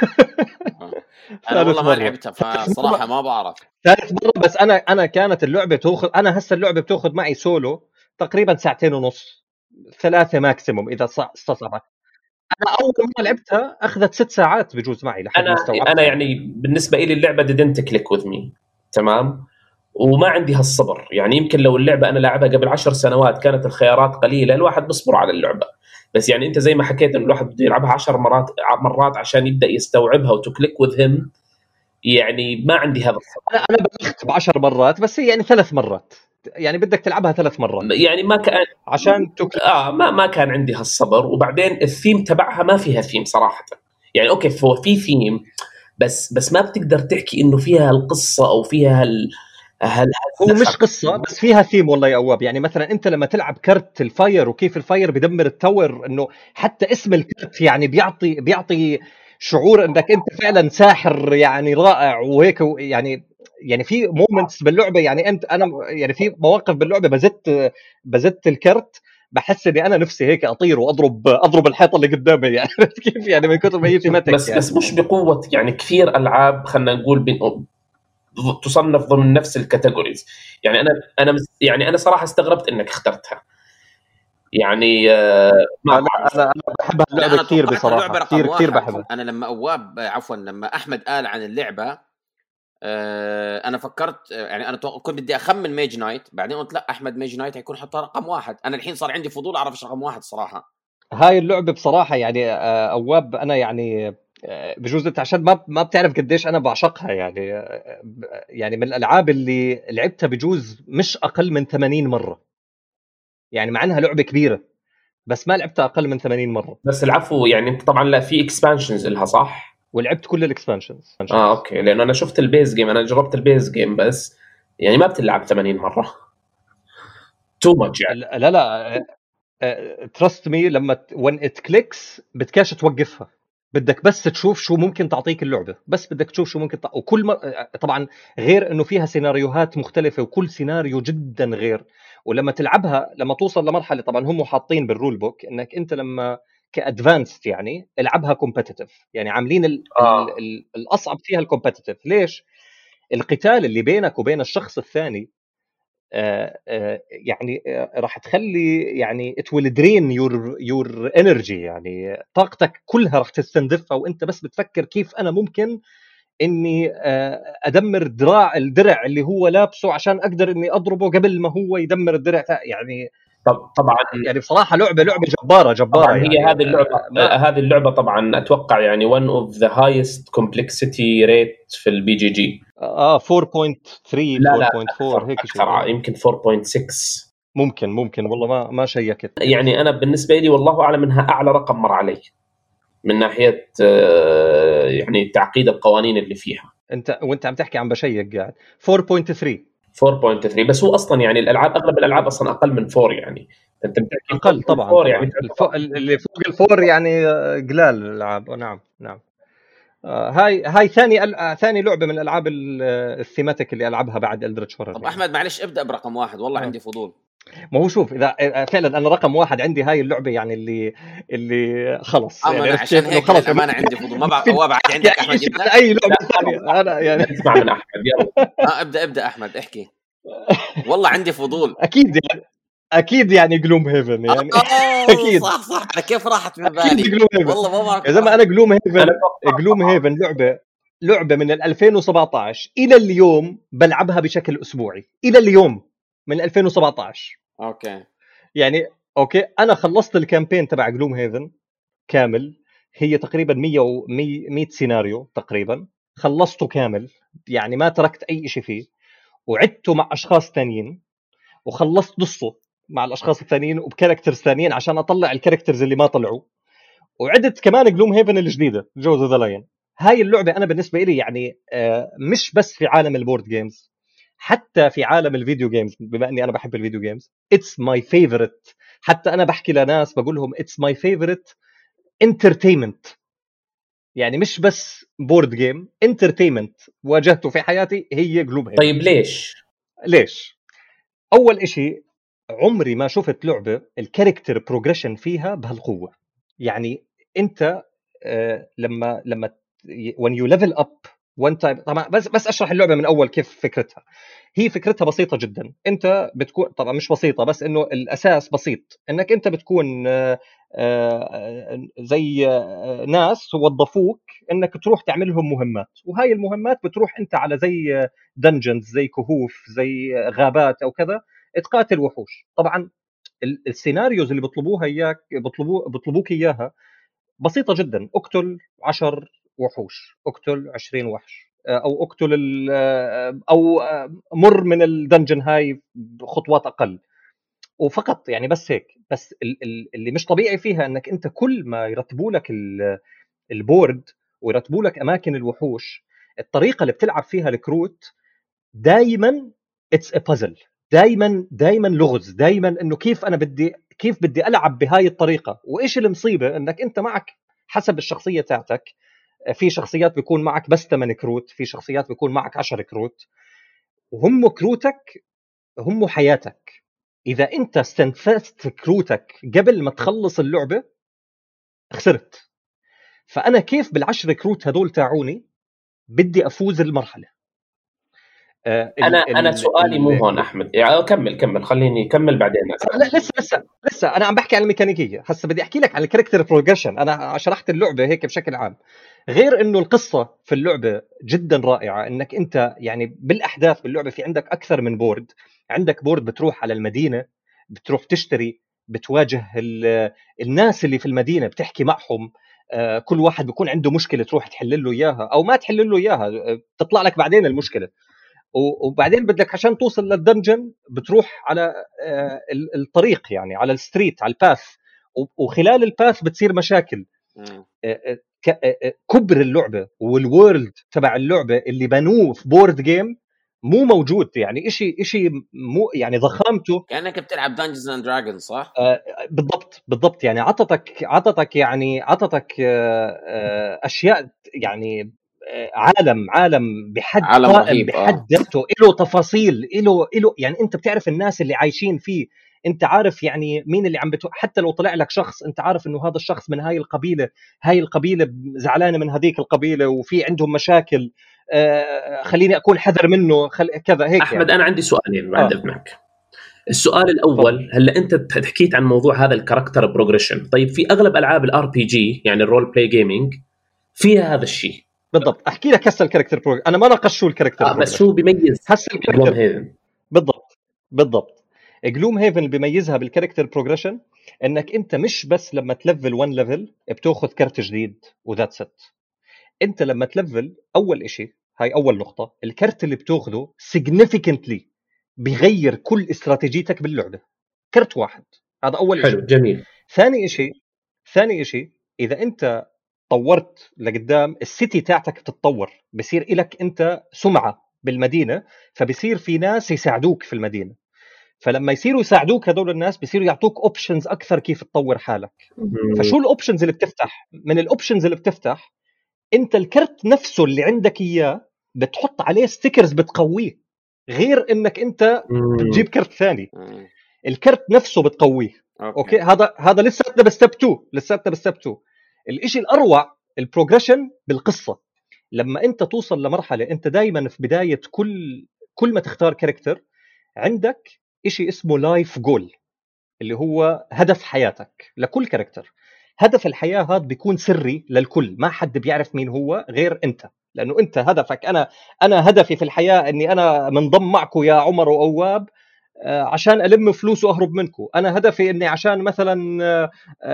انا والله ما لعبتها فصراحه ما بعرف. ثالث مره. بس انا انا كانت اللعبه تاخذ، انا هسه اللعبه بتاخذ معي سولو تقريبا ساعتين ونص ثلاثه ماكسيموم اذا استصعبت. انا اول مره لعبتها اخذت ست ساعات بجوز معي لحد انا انا يعني بالنسبه لي اللعبه didn't click with me تمام، وما عندي هالصبر. يعني يمكن لو اللعبه انا لاعبها قبل عشر سنوات كانت الخيارات قليله الواحد بيصبر على اللعبه. بس يعني انت زي ما حكيت انه الواحد بده يلعبها عشر مرات مرات عشان يبدا يستوعبها وتكليك وذ هيم. يعني ما عندي هذا الصبر. انا انا بلغت بعشر مرات بس هي يعني ثلاث مرات، يعني بدك تلعبها ثلاث مرات يعني ما كان عشان تكليك. اه ما ما كان عندي هالصبر. وبعدين الثيم تبعها ما فيها ثيم صراحه. يعني اوكي هو في ثيم بس بس ما بتقدر تحكي انه فيها القصه او فيها هال هل هو مش قصة بس فيها ثيم والله يا أواب. يعني مثلا أنت لما تلعب كرت الفاير وكيف الفاير بدمر التاور، إنه حتى اسم الكرت يعني بيعطي بيعطي شعور إنك أنت فعلا ساحر يعني رائع وهيك. يعني يعني في مومنتس باللعبة، يعني أنت أنا يعني في مواقف باللعبة بزت بزت الكرت بحس إني أنا نفسي هيك أطير وأضرب أضرب الحيطة اللي قدامي. يعني كيف يعني من كثر ما هي تيماتيك. بس يعني. بس مش بقوة. يعني كثير ألعاب خلنا نقول بين تصنف ضمن نفس الكاتيجوريز. يعني انا انا يعني انا صراحه استغربت انك اخترتها. يعني ما انا انا انا بحب اللعبه كثير بصراحه، كثير كثير بحبها. انا لما اواب عفوا لما احمد قال عن اللعبه انا فكرت يعني انا كنت بدي اخمن ميج نايت، بعدين قلت لا احمد ميج نايت هيكون حطها رقم واحد. انا الحين صار عندي فضول اعرف ايش رقم واحد صراحه. هاي اللعبه بصراحه يعني اواب انا يعني بجوز انت عشان ما ما بتعرف قديش انا بعشقها. يعني يعني من الالعاب اللي لعبتها بجوز مش اقل من ثمانين مره. يعني مع انها لعبه كبيره بس ما لعبتها اقل من ثمانين مره. بس العفو يعني انت طبعا لا في اكسبانشنز لها صح؟ ولعبت كل الاكسبانشنز. اه اوكي لانه انا شفت البيز جيم، انا جربت البيز جيم بس يعني ما بتلعب ثمانين مره تو ماتش يعني. لا لا تراست مي لما وين ات كليكس بتكاش توقفها. بدك بس تشوف شو ممكن تعطيك اللعبة، بس بدك تشوف شو ممكن تعطيك. وكل ما طبعا غير انه فيها سيناريوهات مختلفة وكل سيناريو جدا غير. ولما تلعبها لما توصل لمرحلة، طبعا هم حاطين بالرول بوك انك انت لما كادفانسد يعني العبها كومبتيتيف، يعني عاملين ال آه. ال ال الاصعب فيها الكومبتيتيف. ليش؟ القتال اللي بينك وبين الشخص الثاني آه آه يعني آه راح تخلي يعني it will drain your your energy، يعني طاقتك كلها راح تستنزفها وانت بس بتفكر كيف انا ممكن اني آه ادمر دراع الدرع اللي هو لابسه عشان اقدر اني اضربه قبل ما هو يدمر الدرع. يعني طبعا يعني بصراحه لعبه لعبه جباره جباره. طبعا هي يعني هذه اللعبه آه هذه اللعبه طبعا اتوقع يعني one of the highest complexity rate في البي جي جي. اه أربعة فاصلة ثلاثة لا لا أربعة فاصلة أربعة هيك شيء أكثر، يمكن أربعة فاصلة ستة. ممكن ممكن والله ما ما شيكت. يعني انا بالنسبه لي والله اعلم انها اعلى رقم مر علي من ناحيه يعني تعقيد القوانين اللي فيها. انت وانت عم تحكي عن بشيك قاعد أربعة فاصلة ثلاثة أربعة فاصلة ثلاثة، بس هو اصلا يعني الالعاب اغلب الالعاب اصلا اقل من أربعة، يعني انت بتحكي اقل طبعا فور طبعا يعني الفوق اللي فوق الفور يعني قلال الالعاب. نعم نعم. آه هاي هاي ثاني ال... ثاني لعبه من الالعاب الثيماتيك اللي العبها بعد إلدريتش هورر. طب يعني. احمد معلش ابدا برقم واحد والله آه. عندي فضول. ما هو شوف اذا فعلا انا رقم واحد عندي هاي اللعبه يعني اللي اللي خلص يعني أنا عشان هيك خلص انا عندي فضول. ما بعرف هو بعد عندك احمد يبدا اي لعبه ثانيه انا يعني اسمع من احمد يلا. اه ابدا ابدا احمد احكي والله عندي فضول. اكيد يعني اكيد يعني جلوم هيفن يعني اكيد صح صح انا كيف راحت من بالي والله ما بعرف يا زلمه. انا جلوم هيفن جلوم هيفن لعبه لعبه من ألفين وسبعطعش الى اليوم بلعبها بشكل اسبوعي الى اليوم من ألفين وسبعطعش. اوكي يعني اوكي انا خلصت الكامبين تبع جلوم هيفن كامل. هي تقريبا مية ومية سيناريو تقريبا خلصته كامل، يعني ما تركت اي شيء فيه. وعدته مع اشخاص ثانيين وخلصت نصه مع الاشخاص الثانيين وبكاركترز ثانيين عشان اطلع الكاركترز اللي ما طلعوا. وعدت كمان جلوم هيفن الجديده جوز ذا لاين. هاي اللعبه انا بالنسبه لي يعني مش بس في عالم البورد جيمز، حتى في عالم الفيديو جيمز، بما اني انا بحب الفيديو جيمز اتس ماي فيفورت. حتى انا بحكي لناس بقول لهم اتس ماي فيفورت انترتينمنت، يعني مش بس بورد جيم انترتينمنت واجهته في حياتي هي جلوم هيفن. طيب ليش ليش؟ اول إشي عمري ما شفت لعبه الكاركتر بروجريشن فيها بهالقوه. يعني انت آه لما لما when you level up one time. طبعا بس بس اشرح اللعبه من اول كيف فكرتها. هي فكرتها بسيطه جدا. انت بتكون طبعا مش بسيطه بس انه الاساس بسيط، انك انت بتكون آه آه زي آه ناس وظفوك انك تروح تعمل لهم مهمات، وهاي المهمات بتروح انت على زي دنجنز زي كهوف زي غابات او كذا تقاتل وحوش. طبعا السيناريوز اللي بيطلبوها اياك بيطلبوا بيطلبوك اياها بسيطه جدا. اقتل عشر وحوش، اقتل عشرين وحش، او اقتل او مر من الدنجن هاي بخطوات اقل وفقط. يعني بس هيك. بس اللي مش طبيعي فيها انك انت كل ما يرتبوا لك البورد ويرتبوا لك اماكن الوحوش، الطريقه اللي بتلعب فيها الكروت دائما اتس ا بازل. دائما دائما لغز. دائما انه كيف انا بدي كيف بدي العب بهاي الطريقه. وايش المصيبه انك انت معك حسب الشخصيه تاعتك. في شخصيات بيكون معك بس ثمانية كروت، في شخصيات بيكون معك عشرة كروت، وهم كروتك هم حياتك. اذا انت استنفذت كروتك قبل ما تخلص اللعبه خسرت. فانا كيف بالعشر كروت هذول تاعوني بدي افوز المرحله. آه انا ال انا سؤالي ال مو هون احمد، يعني كمل كمل خليني كمل بعدين. لا لسه لسه لسه انا عم بحكي عن الميكانيكيه. هسه بدي احكي لك عن الكاركتر بروجريشن. انا شرحت اللعبه هيك بشكل عام. غير انه القصه في اللعبه جدا رائعه، انك انت يعني بالاحداث باللعبه في عندك اكثر من بورد. عندك بورد بتروح على المدينه بتروح تشتري، بتواجه الناس اللي في المدينه بتحكي معهم. آه كل واحد بيكون عنده مشكله تروح تحل له اياها او ما تحل له اياها، تطلع لك بعدين المشكله. وبعدين بدك عشان توصل للدنجن بتروح على الطريق، يعني على الستريت على الباث، وخلال الباث بتصير مشاكل. كبر اللعبه والورلد تبع اللعبه اللي بنوه في بورد جيم مو موجود، يعني إشي إشي مو يعني ضخامته كأنك بتلعب دانجنز اند دراجونز صح؟ آه بالضبط بالضبط، يعني عطتك عطتك يعني عطتك آه آه أشياء، يعني آه عالم عالم بحد عالم قائم رهيب، بحد آه. ذاته، له تفاصيل، له له يعني أنت بتعرف الناس اللي عايشين فيه، أنت عارف يعني مين اللي عم بتو... حتى لو طلع لك شخص أنت عارف إنه هذا الشخص من هاي القبيلة، هاي القبيلة زعلانة من هذيك القبيلة وفي عندهم مشاكل، آه خليني أكون حذر منه، خل... كذا هيك. أحمد يعني أنا عندي سؤالين بعد آه. إذنك. السؤال الاول، هلا انت حكيت عن موضوع هذا الكاركتر بروجريشن، طيب في اغلب العاب الار بي جي يعني الرول بلاي جيمنج فيها هذا الشيء بالضبط. احكي لك هسه الكاركتر برو... انا ما ناقش شو الكاركتر آه بس شو بيميز هسه جلوم الكاركتر هيفن؟ بالضبط بالضبط جلوم هيفن اللي بيميزها بالكاركتر بروجريشن انك انت مش بس لما تلفل واحد ليفل بتاخذ كارت جديد وذاتس ات. انت لما تلفل اول إشي، هاي اول نقطه، الكارت اللي بتاخذه significantly بيغير كل استراتيجيتك باللعبه، كرت واحد، هذا اول حلو إشي. جميل. ثاني إشي ثاني إشي اذا انت طورت لقدام السيتي تاعتك بتتطور، بصير إلك انت سمعه بالمدينه، فبصير في ناس يساعدوك في المدينه، فلما يصيروا يساعدوك هذول الناس بصيروا يعطوك اوبشنز اكثر كيف تطور حالك. فشو الاوبشنز اللي بتفتح؟ من الاوبشنز اللي بتفتح انت الكرت نفسه اللي عندك اياه بتحط عليه ستيكرز بتقويه، غير انك انت بتجيب كرت ثاني، الكرت نفسه بتقويه. أوكي. اوكي هذا هذا لساتنا بستيب اثنين، لساتنا بستيب اثنين. الاشي الاروع البروجريشن بالقصه، لما انت توصل لمرحله انت دائما في بدايه كل كل ما تختار كاركتر عندك إشي اسمه لايف جول، اللي هو هدف حياتك لكل كاركتر. هدف الحياة هذا بيكون سري للكل، ما حد بيعرف مين هو غير أنت، لأنه أنت هدفك. أنا أنا هدفي في الحياة أني أنا منضم معكم يا عمر وأواب عشان ألم فلوس وأهرب منكم. أنا هدفي أني عشان مثلا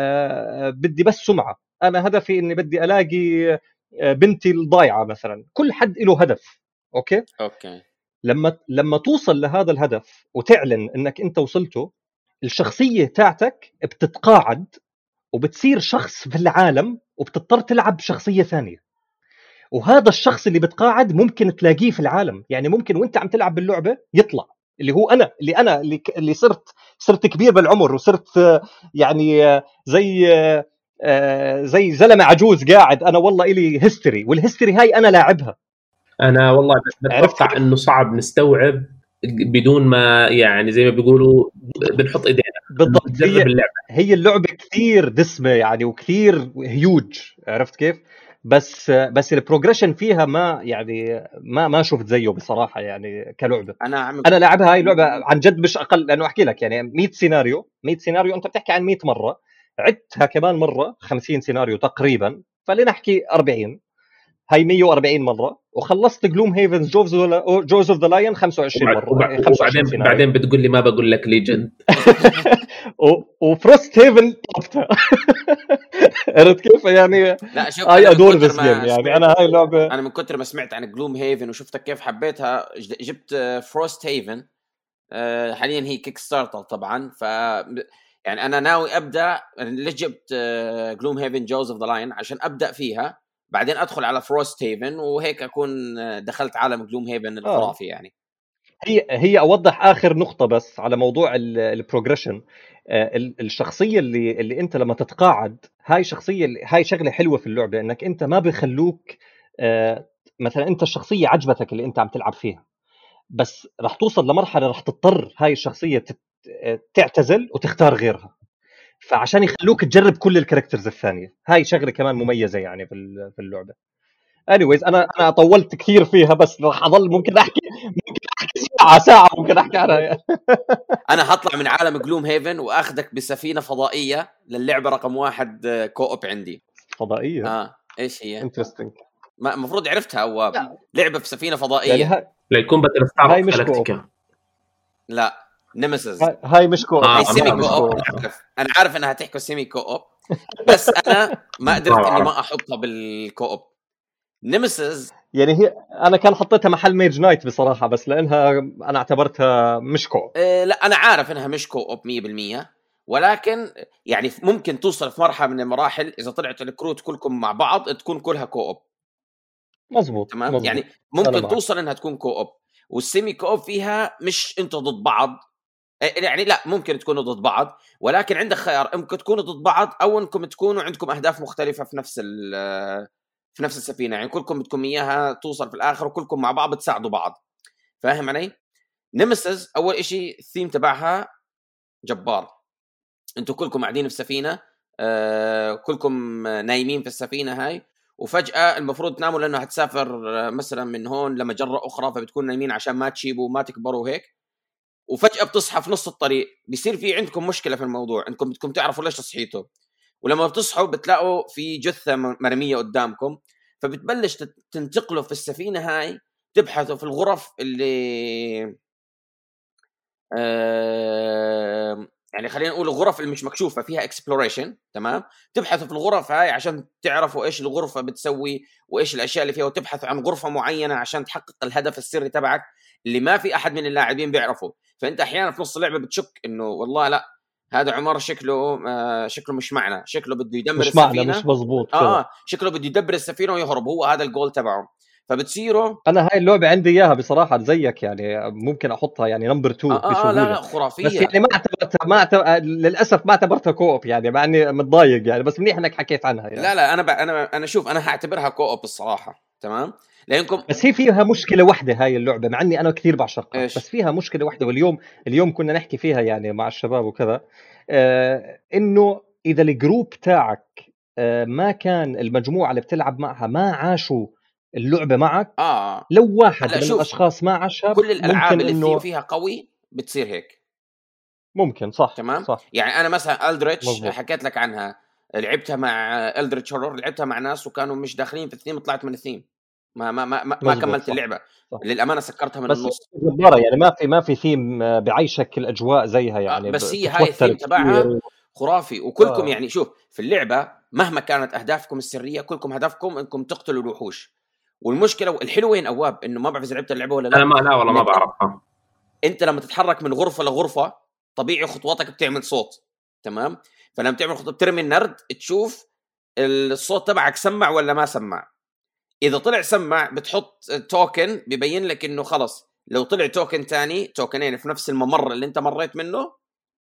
بدي بس سمعة. أنا هدفي أني بدي ألاقي بنتي الضايعة مثلا. كل حد له هدف. أوكي أوكي. لما لما توصل لهذا الهدف وتعلن انك انت وصلته، الشخصيه تاعتك بتتقاعد وبتصير شخص في العالم وبتضطر تلعب شخصيه ثانيه، وهذا الشخص اللي بتقاعد ممكن تلاقيه في العالم. يعني ممكن وانت عم تلعب باللعبه يطلع اللي هو انا اللي انا اللي, اللي صرت صرت كبير بالعمر وصرت يعني زي زي زلمه عجوز قاعد، انا والله إلي هيستوري، والهيستوري هاي انا لاعبها. انا والله بتوقع انه صعب نستوعب بدون ما يعني زي ما بيقولوا بنحط ايدينا بالضبط. نجرب اللعبه. هي اللعبه كثير دسمه يعني وكثير هيوج، عرفت كيف؟ بس بس البروجريشن فيها ما يعني ما ما شفت زيه بصراحه يعني كلعبه. انا عم... انا لاعبها هاي اللعبه عن جد مش اقل، لانه احكي لك يعني مية سيناريو مية سيناريو انت بتحكي عن مية مره، عدتها كمان مره خمسين سيناريو تقريبا، فلنحكي أربعين، هاي مية وأربعين مره، وخلصت جلوم هيفنز جوز اوف ذا لاين خمسة وعشرين مره. وبعدين بعدين بتقول لي ما بقول لك ليجند. وفروست هيفن طلبتها. عرفت كيف يعني؟ لا شوف اي أنا ادور من كتر ذس ما جيم، يعني سمعت- انا هاي اللعبه انا من كتر ما سمعت عن جلوم هيفن وشفتك كيف حبيتها ج- جبت فروست هيفن. حاليا هي كيك ستارتر طبعا، ف يعني انا ناوي ابدا. ليش جبت جلوم هيفن جوز اوف ذا لاين؟ عشان ابدا فيها بعدين ادخل على فروست هيفن، وهيك اكون دخلت عالم جلوم هيفن الخرافي. يعني هي هي اوضح اخر نقطه بس على موضوع البروجريشن. الشخصيه اللي اللي انت لما تتقاعد، هاي شخصيه هاي شغله حلوه في اللعبه، انك انت ما بيخلوك آه، مثلا انت الشخصيه عجبتك اللي انت عم تلعب فيها، بس راح توصل لمرحله راح تضطر هاي الشخصيه تت- تعتزل وتختار غيرها، فعشان يخلوك تجرب كل الكاركترز الثانيه. هاي شغله كمان مميزه يعني في ال- في اللعبه. anyways انا انا طولت كثير فيها، بس راح اضل ممكن احكي ممكن احكي ساعه ساعه ممكن احكي عنها يعني. انا هطلع من عالم جلوم هيفن واخذك بسفينه فضائيه للعبه رقم واحد كوب عندي. فضائيه اه ايش هي؟ انترستنج. ما المفروض عرفتها أواب. لا. لعبه في سفينه فضائيه يعني هاي لا يكون باتل هاي ستار مش كوب. جالاكتيكا. لا نيمسيس. هاي, هاي مش كوب. آه، هي سيمي مش كوب. كوب. أنا عارف انا عارف انها تحكي سيمي كوب، بس انا ما قدرت آه، اني عارف. ما احطها بالكوب. نيمسيس يعني هي انا كان حطيتها محل ميج نايت بصراحه، بس لانها انا اعتبرتها مش كوب. آه لا انا عارف انها مش كوب مية بالمية، ولكن يعني ممكن توصل في مرحله من المراحل اذا طلعت الكروت كلكم مع بعض تكون كلها كوب. مزبوط تمام مزبوط. يعني أنا ممكن معك. توصل انها تكون كوب. والسيمي كوب فيها مش انتوا ضد بعض، يعني لا ممكن تكونوا ضد بعض، ولكن عندك خيار ممكن تكونوا ضد بعض او انكم تكونوا عندكم اهداف مختلفه في نفس في نفس السفينه، يعني كلكم بدكم اياها توصل في الاخر وكلكم مع بعض بتساعدوا بعض. فاهم علي؟ نيمسيس اول إشي الثيم تبعها جبار، انتوا كلكم قاعدين في سفينه، آه كلكم نايمين في السفينه هاي، وفجاه المفروض تناموا لانه هتسافر مثلا من هون لمجره اخرى، فبتكون نايمين عشان ما تشيبوا وما تكبروا هيك، وفجاه بتصحى في نص الطريق بيصير في عندكم مشكله في الموضوع، انكم بدكم تعرفوا ليش صحيتوا، ولما بتصحوا بتلاقوا في جثه مرميه قدامكم، فبتبلش تنتقلوا في السفينه هاي تبحثوا في الغرف اللي آه يعني خلينا نقول الغرف اللي مش مكشوفه فيها اكسبلوريشن، تمام؟ تبحثوا في الغرف هاي عشان تعرفوا ايش الغرفه بتسوي وايش الاشياء اللي فيها، وتبحثوا عن غرفه معينه عشان تحقق الهدف السري تبعك اللي ما في احد من اللاعبين بيعرفه. فانت احيانا في نص اللعبه بتشك انه والله لا هذا عمر شكله آه شكله مش معنا، شكله بده يدمر مش السفينه، مش مزبوط اه اه شكله بده يدبر السفينه ويهرب، هو هذا الجول تبعه. فبتصيروا انا هاي اللعبه عندي اياها بصراحه زيك، يعني ممكن احطها يعني نمبر اتنين آه آه بسهوله. لا لا خرافيه، بس يعني ما اعتبرتها ما اعتبر... للاسف ما اعتبرتها كوب يعني، مع اني متضايق يعني، بس منيح انك حكيت عنها يعني. لا لا انا ب... انا انا شوف انا هعتبرها كوب الصراحه، تمام؟ لانكم بس هي فيها مشكله واحده هاي اللعبه، مع اني انا كثير بعشقها، إيش؟ بس فيها مشكله واحده، واليوم اليوم كنا نحكي فيها يعني مع الشباب وكذا، آه انه اذا الجروب تاعك آه ما كان المجموعه اللي بتلعب معها ما عاشوا اللعبه معك، اه لو واحد هلا من شوف الاشخاص ما عاشها كل الالعاب ممكن اللي انه فيها قوي بتصير هيك، ممكن صح تمام؟ صح يعني انا مثلا الدريتش مزبوط. حكيت لك عنها، لعبتها مع الدريتش هورر، لعبتها مع ناس وكانوا مش داخلين في الثيم، طلعت من الثيم ما ما ما ما, ما كملت صح. اللعبه صح. للامانه، سكرتها من بس النص. جبارة يعني، ما في ما في ثيم بعيشك الاجواء زيها يعني، آه بس هي هاي بتتوتر الثيم تبعها كثير. خرافي، وكلكم آه. يعني شوف في اللعبه مهما كانت اهدافكم السريه كلكم هدفكم انكم تقتلوا الوحوش، والمشكله الحلوه وين اواب انه ما بعرف اذا لعبت اللعبه ولا لا، انا ما لا والله ما بعرفها. انت لما تتحرك من غرفه لغرفه طبيعي خطواتك بتعمل صوت، تمام؟ فلما تعمل خطوه بترمي النرد تشوف الصوت تبعك سمع ولا ما سمع، اذا طلع سمع بتحط توكن بيبين لك انه خلص، لو طلع توكن تاني توكنين في نفس الممر اللي انت مريت منه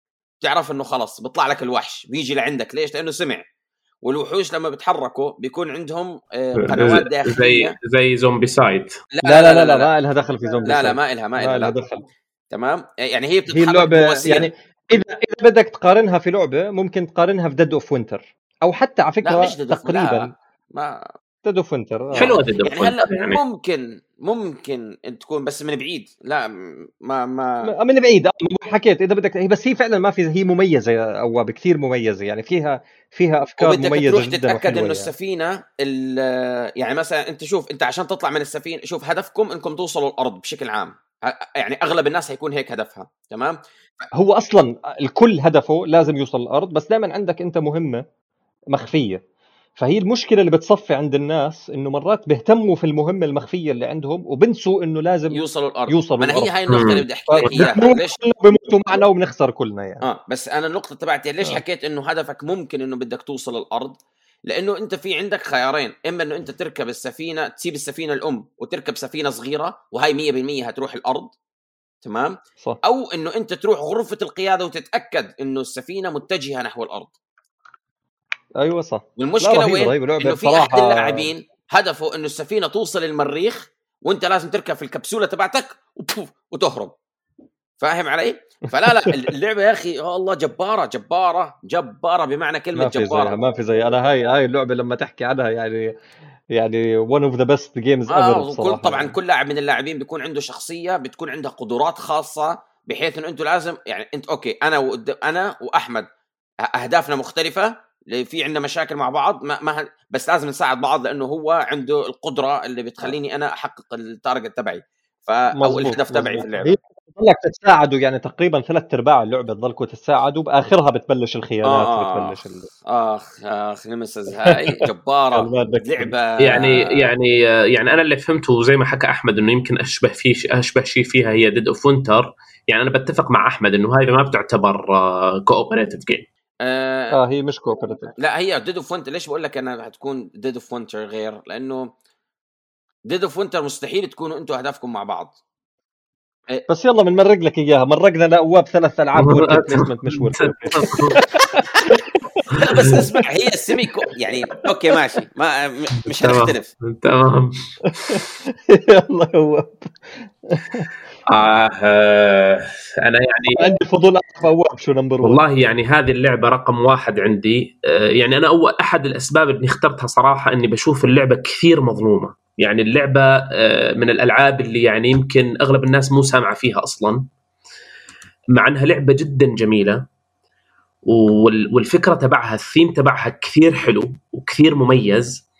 تعرف انه خلص بيطلع لك الوحش بيجي لعندك. ليش؟ لانه سمع. والوحوش لما بيتحركوا بيكون عندهم قنوات داخليه زي زي زومبي سايد. لا لا لا, لا, لا, لا ما لها دخل في زومبي لا سايد. لا ما لها ما لها, ما لها لا. دخل. تمام؟ يعني هي بتتحرك هي اللعبه بواسير. يعني اذا اذا بدك تقارنها في لعبه ممكن تقارنها في ديد اوف وينتر، او حتى على فكره تقريبا ما ديد اوف وينتر حلوه ديد اوف يعني هلا يعني. ممكن ممكن تكون بس من بعيد، لا ما ما من بعيد حكيت اذا بدك، بس هي فعلا ما في، هي مميزه او بكثير مميزه يعني، فيها فيها افكار وبدك مميزه تروح جدا تتاكد انه يعني. السفينه يعني مثلا انت شوف انت عشان تطلع من السفينه شوف هدفكم انكم توصلوا الارض بشكل عام، يعني اغلب الناس هيكون هيك هدفها، تمام؟ هو اصلا الكل هدفه لازم يوصل الارض، بس دائما عندك انت مهمه مخفيه، فهي المشكله اللي بتصفي عند الناس انه مرات بيهتموا في المهمه المخفيه اللي عندهم وبنسوا انه لازم يوصلوا الارض. يوصلوا ما الارض. هي هاي النقطه اللي بدي احكي لك اياها، ليش بيموتوا معنا وبنخسر كلنا يعني. اه بس انا النقطه تبعتي ليش آه. حكيت انه هدفك ممكن انه بدك توصل الارض، لانه انت في عندك خيارين، اما انه انت تركب السفينه تسيب السفينه الام وتركب سفينه صغيره وهي مية بالمية هتروح الارض، تمام؟ صح. او انه انت تروح غرفه القياده وتتاكد انه السفينه متجهه نحو الارض. ايوه صح. والمشكله وين؟ انه في احد اللاعبين هدفه انه السفينه توصل المريخ وانت لازم تركب في الكبسوله تبعتك وتهرب. فاهم علي؟ فلا لا اللعبه يا اخي الله جباره جباره جباره بمعنى كلمه ما في جباره. زيها ما في زي انا هاي هاي اللعبه لما تحكي عنها يعني يعني one of the best games آه ever بصراحه. كل طبعا يعني. كل لاعب من اللاعبين بيكون عنده شخصيه بتكون عندها قدرات خاصه، بحيث انه انتم لازم يعني انت اوكي انا وقد... انا واحمد اهدافنا مختلفه، في عندنا مشاكل مع بعض ما... ما بس لازم نساعد بعض لانه هو عنده القدره اللي بتخليني انا احقق التارجت تبعي ف او الهدف تبعي في اللعبه. بتضلك تتساعدوا يعني تقريبا ثلاث ارباع اللعبه تضلكوا تتساعدوا، باخرها بتبلش الخيانات آه بتبلش ال... اخ اخ نمسز هاي جباره لعبه يعني يعني يعني انا اللي فهمته زي ما حكى احمد انه يمكن اشبه فيه اشبه شيء فيها هي ديد اوف وينتر. يعني انا بتفق مع احمد انه هاي ما بتعتبر كوبريتيف جيم. آه, اه هي مش كوبريتيف. لا هي ديد اوف وينتر. ليش بقول لك انا هتكون ديد اوف وينتر غير؟ لانه ديد اوف وينتر مستحيل تكونوا انتوا اهدافكم مع بعض، بس يلا بنمرق لك اياها. مرقنا لأواب ثلاث العاب ورك بليسمنت مش ورك. لا بس اسمع، هي السيمي كو... يعني اوكي ماشي، ما مش هنختلف. تمام. يلا أواب. آه أنا يعني عندي فضول أعرف أواب شو نمبر واحد. والله يعني هذه اللعبة رقم واحد عندي. آه يعني أنا أول أحد الأسباب اللي اخترتها صراحة إني بشوف اللعبة كثير مظلومة. يعني اللعبة آه من الألعاب اللي يعني يمكن أغلب الناس مو سامعة فيها أصلا، مع أنها لعبة جدا جميلة، والفكرة تبعها الثيم تبعها كثير حلو وكثير مميز.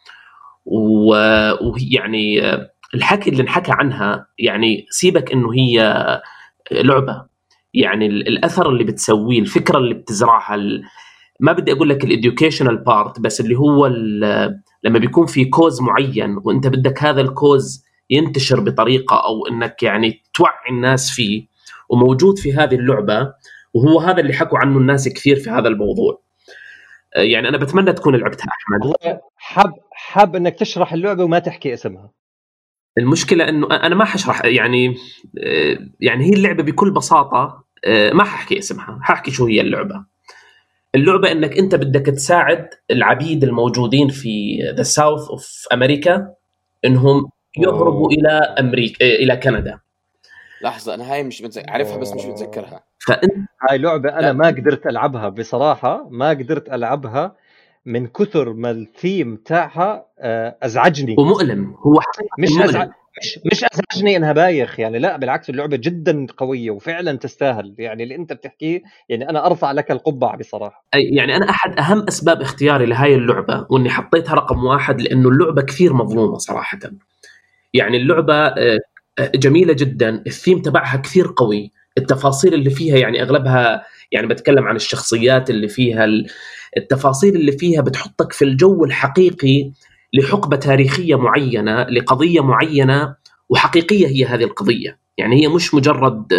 ويعني الحكي اللي انحكى عنها، يعني سيبك انه هي لعبة، يعني الاثر اللي بتسويه، الفكرة اللي بتزرعها، ما بدي اقول لك الاديوكيشنال بارت، بس اللي هو لما بيكون في كوز معين وانت بدك هذا الكوز ينتشر بطريقة او انك يعني توعي الناس فيه، وموجود في هذه اللعبة. وهو هذا اللي حكوا عنه الناس كثير في هذا الموضوع. يعني أنا بتمنى تكون لعبتها أحمد. والله حاب حاب إنك تشرح اللعبة وما تحكي اسمها. المشكلة إنه أنا ما حشرح، يعني يعني هي اللعبة بكل بساطة ما ححكي اسمها، ححكي شو هي اللعبة. اللعبة إنك أنت بدك تساعد العبيد الموجودين في the south of أمريكا إنهم يهربوا أوه. إلى أمريكا، إلى كندا. لحظة، أنا هاي مش متذكر، عارفها بس مش متذكرها. فأنت هاي لعبة أنا ما قدرت ألعبها بصراحة، ما قدرت ألعبها من كثر ما الثيم تاعها أزعجني ومؤلم. هو مش أزعج مش مش أزعجني إنها بايخ يعني، لا بالعكس، اللعبة جدا قوية وفعلا تستاهل يعني اللي أنت بتحكيه. يعني أنا أرفع لك القبعة بصراحة. يعني أنا أحد أهم أسباب اختياري لهاي اللعبة وإني حطيتها رقم واحد لأنه اللعبة كثير مظلومة صراحة. يعني اللعبة جميلة جدا، الثيم تبعها كثير قوي، التفاصيل اللي فيها يعني أغلبها، يعني بتكلم عن الشخصيات اللي فيها، التفاصيل اللي فيها بتحطك في الجو الحقيقي لحقبة تاريخية معينة، لقضية معينة وحقيقية هي هذه القضية. يعني هي مش مجرد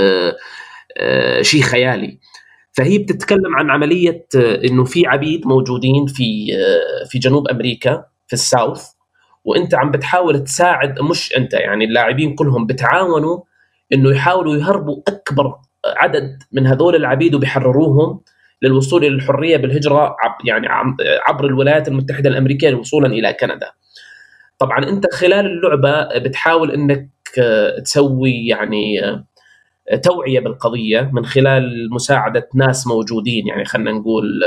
شيء خيالي. فهي بتتكلم عن عملية إنه في عبيد موجودين في في جنوب أمريكا في الساوث، وانت عم بتحاول تساعد، مش انت يعني اللاعبين كلهم بتعاونوا انه يحاولوا يهربوا اكبر عدد من هذول العبيد وبيحرروهم للوصول الى الحريه بالهجره يعني عبر الولايات المتحده الامريكيه وصولا الى كندا. طبعا انت خلال اللعبه بتحاول انك تسوي يعني توعيه بالقضيه من خلال مساعده ناس موجودين، يعني خلينا نقول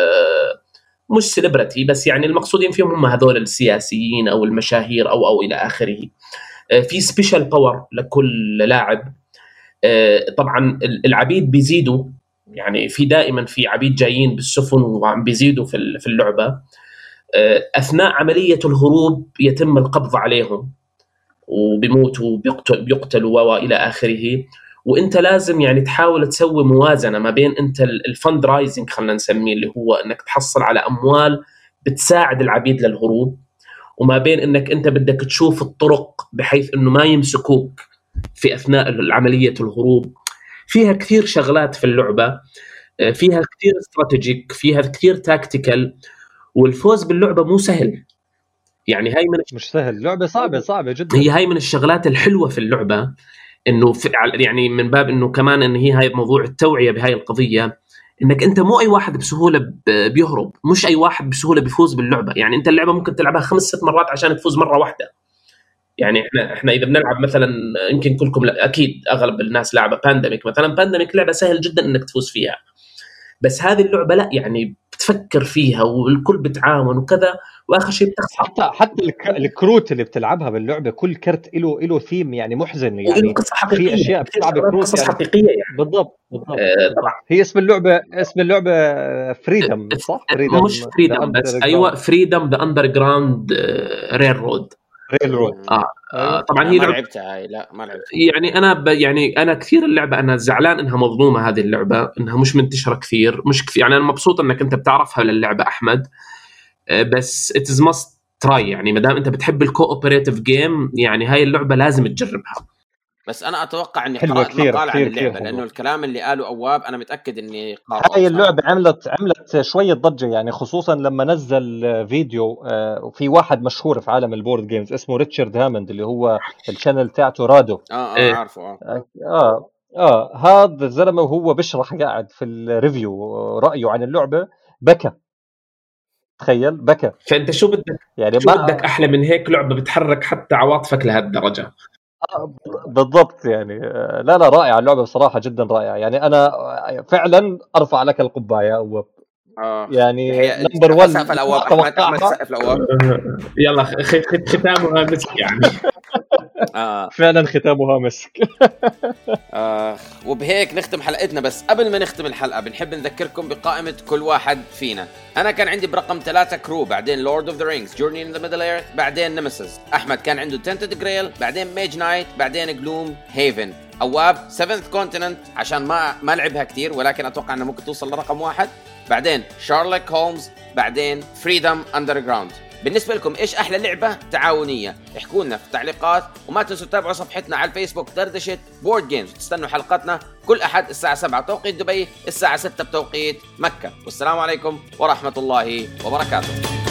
مش سيلبرتي بس، يعني المقصودين فيهم هم هذول السياسيين أو المشاهير أو أو إلى آخره. في سبيشال باور لكل لاعب. طبعا العبيد بيزيدوا، يعني في دائما في عبيد جايين بالسفن وعم بيزيدوا في في اللعبة. أثناء عملية الهروب يتم القبض عليهم وبيموتوا بيقتل بيقتلوا وإلى آخره. وانت لازم يعني تحاول تسوي موازنه ما بين انت الفند رايزنج خلينا نسميه، اللي هو انك تحصل على اموال بتساعد العبيد للهروب، وما بين انك انت بدك تشوف الطرق بحيث انه ما يمسكوك في اثناء عمليه الهروب. فيها كثير شغلات في اللعبه، فيها كثير استراتيجيك، فيها كثير تاكتيكال، والفوز باللعبه مو سهل. يعني هاي من مش سهل، لعبه صعبه صعبه جدا. هي هاي من الشغلات الحلوه في اللعبه، انه يعني من باب انه كمان ان هي هاي موضوع التوعيه بهاي القضيه، انك انت مو اي واحد بسهوله بيهرب، مش اي واحد بسهوله بيفوز باللعبه. يعني انت اللعبه ممكن تلعبها خمس ست مرات عشان تفوز مره واحده. يعني احنا احنا اذا بنلعب مثلا، يمكن كلكم اكيد اغلب الناس لعبه بانديميك مثلا، بانديميك لعبه سهل جدا انك تفوز فيها، بس هذه اللعبه لا، يعني بتفكر فيها والكل بتعاون وكذا، واخر شيء بتخسر. حتى حتى الكروت اللي بتلعبها باللعبه كل كرت له له ثيم يعني محزن، يعني قصة حقيقية، في اشياء بتلعب كروت قصص يعني حقيقيه يعني. بالضبط بالضبط, آه طبعا. هي اسم اللعبه اسم اللعبه فريدم صح؟ فريدم مش فريدم بس، ايوه فريدم ذا اندر جراوند ريل رود ريل رود آه. آه طبعا هي ما لعبتها هاي، لا ما لعبتها. يعني انا ب... يعني انا كثير اللعبه انا زعلان انها مظلومه، هذه اللعبه انها مش منتشره كثير، مش كثير. يعني انا مبسوط انك انت بتعرفها للعبه احمد، بس it is must try. يعني ما دام انت بتحب الكوبريتيف جيم، يعني هاي اللعبه لازم تجربها. بس انا اتوقع اني قرات مقال عن اللعبه، لانه الكلام اللي قاله أواب انا متاكد اني قرأه. هاي اللعبه عملت عملت شويه ضجه، يعني خصوصا لما نزل فيديو وفي واحد مشهور في عالم البورد جيمز اسمه ريتشارد هاموند، اللي هو الشانل تاعته رادو. اه اه عارفه. اه اه اه هذا الزلمه وهو بيشرح قاعد في الريفيو رايه عن اللعبه بكى، تخيل بكى. فانت شو بدك يعني شو ما بدك احلى من هيك لعبه بتحرك حتى عواطفك لهالدرجه؟ آه، بالضبط يعني. آه، لا لا رائعه اللعبه بصراحه، جدا رائعه. يعني انا فعلا ارفع لك القبعه أبواب. اه يعني هي نمبر ارفع واحد سقف الابواب. ما احمد احمد اتوقعها. سقف الابواب. يلا خ- خ- ختامها مسك يعني. اه فعلا ختامها مسك. آه وبهيك نختم حلقتنا. بس قبل ما نختم الحلقة بنحب نذكركم بقائمة كل واحد فينا. أنا كان عندي برقم ثلاثة كرو، بعدين لورد اوف ذا رينجز، جورني ان ذا ميدل ايرث، بعدين نيمسيس. أحمد كان عنده تنتد جريل، بعدين ميج نايت، بعدين جلوم هيفن. أواب سيفنث كونتيننت عشان ما ما لعبها كتير، ولكن أتوقع أنه ممكن توصل لرقم واحد. بعدين شارلوك هولمز، بعدين فريدم أندرجراوند. بالنسبة لكم إيش أحلى لعبة تعاونية؟ احكوا لنا في التعليقات، وما تنسوا تتابعوا صفحتنا على الفيسبوك دردشة بورد جيمز، وتستنوا حلقاتنا كل أحد الساعة سبعة بتوقيت دبي، الساعة ستة بتوقيت مكة. والسلام عليكم ورحمة الله وبركاته.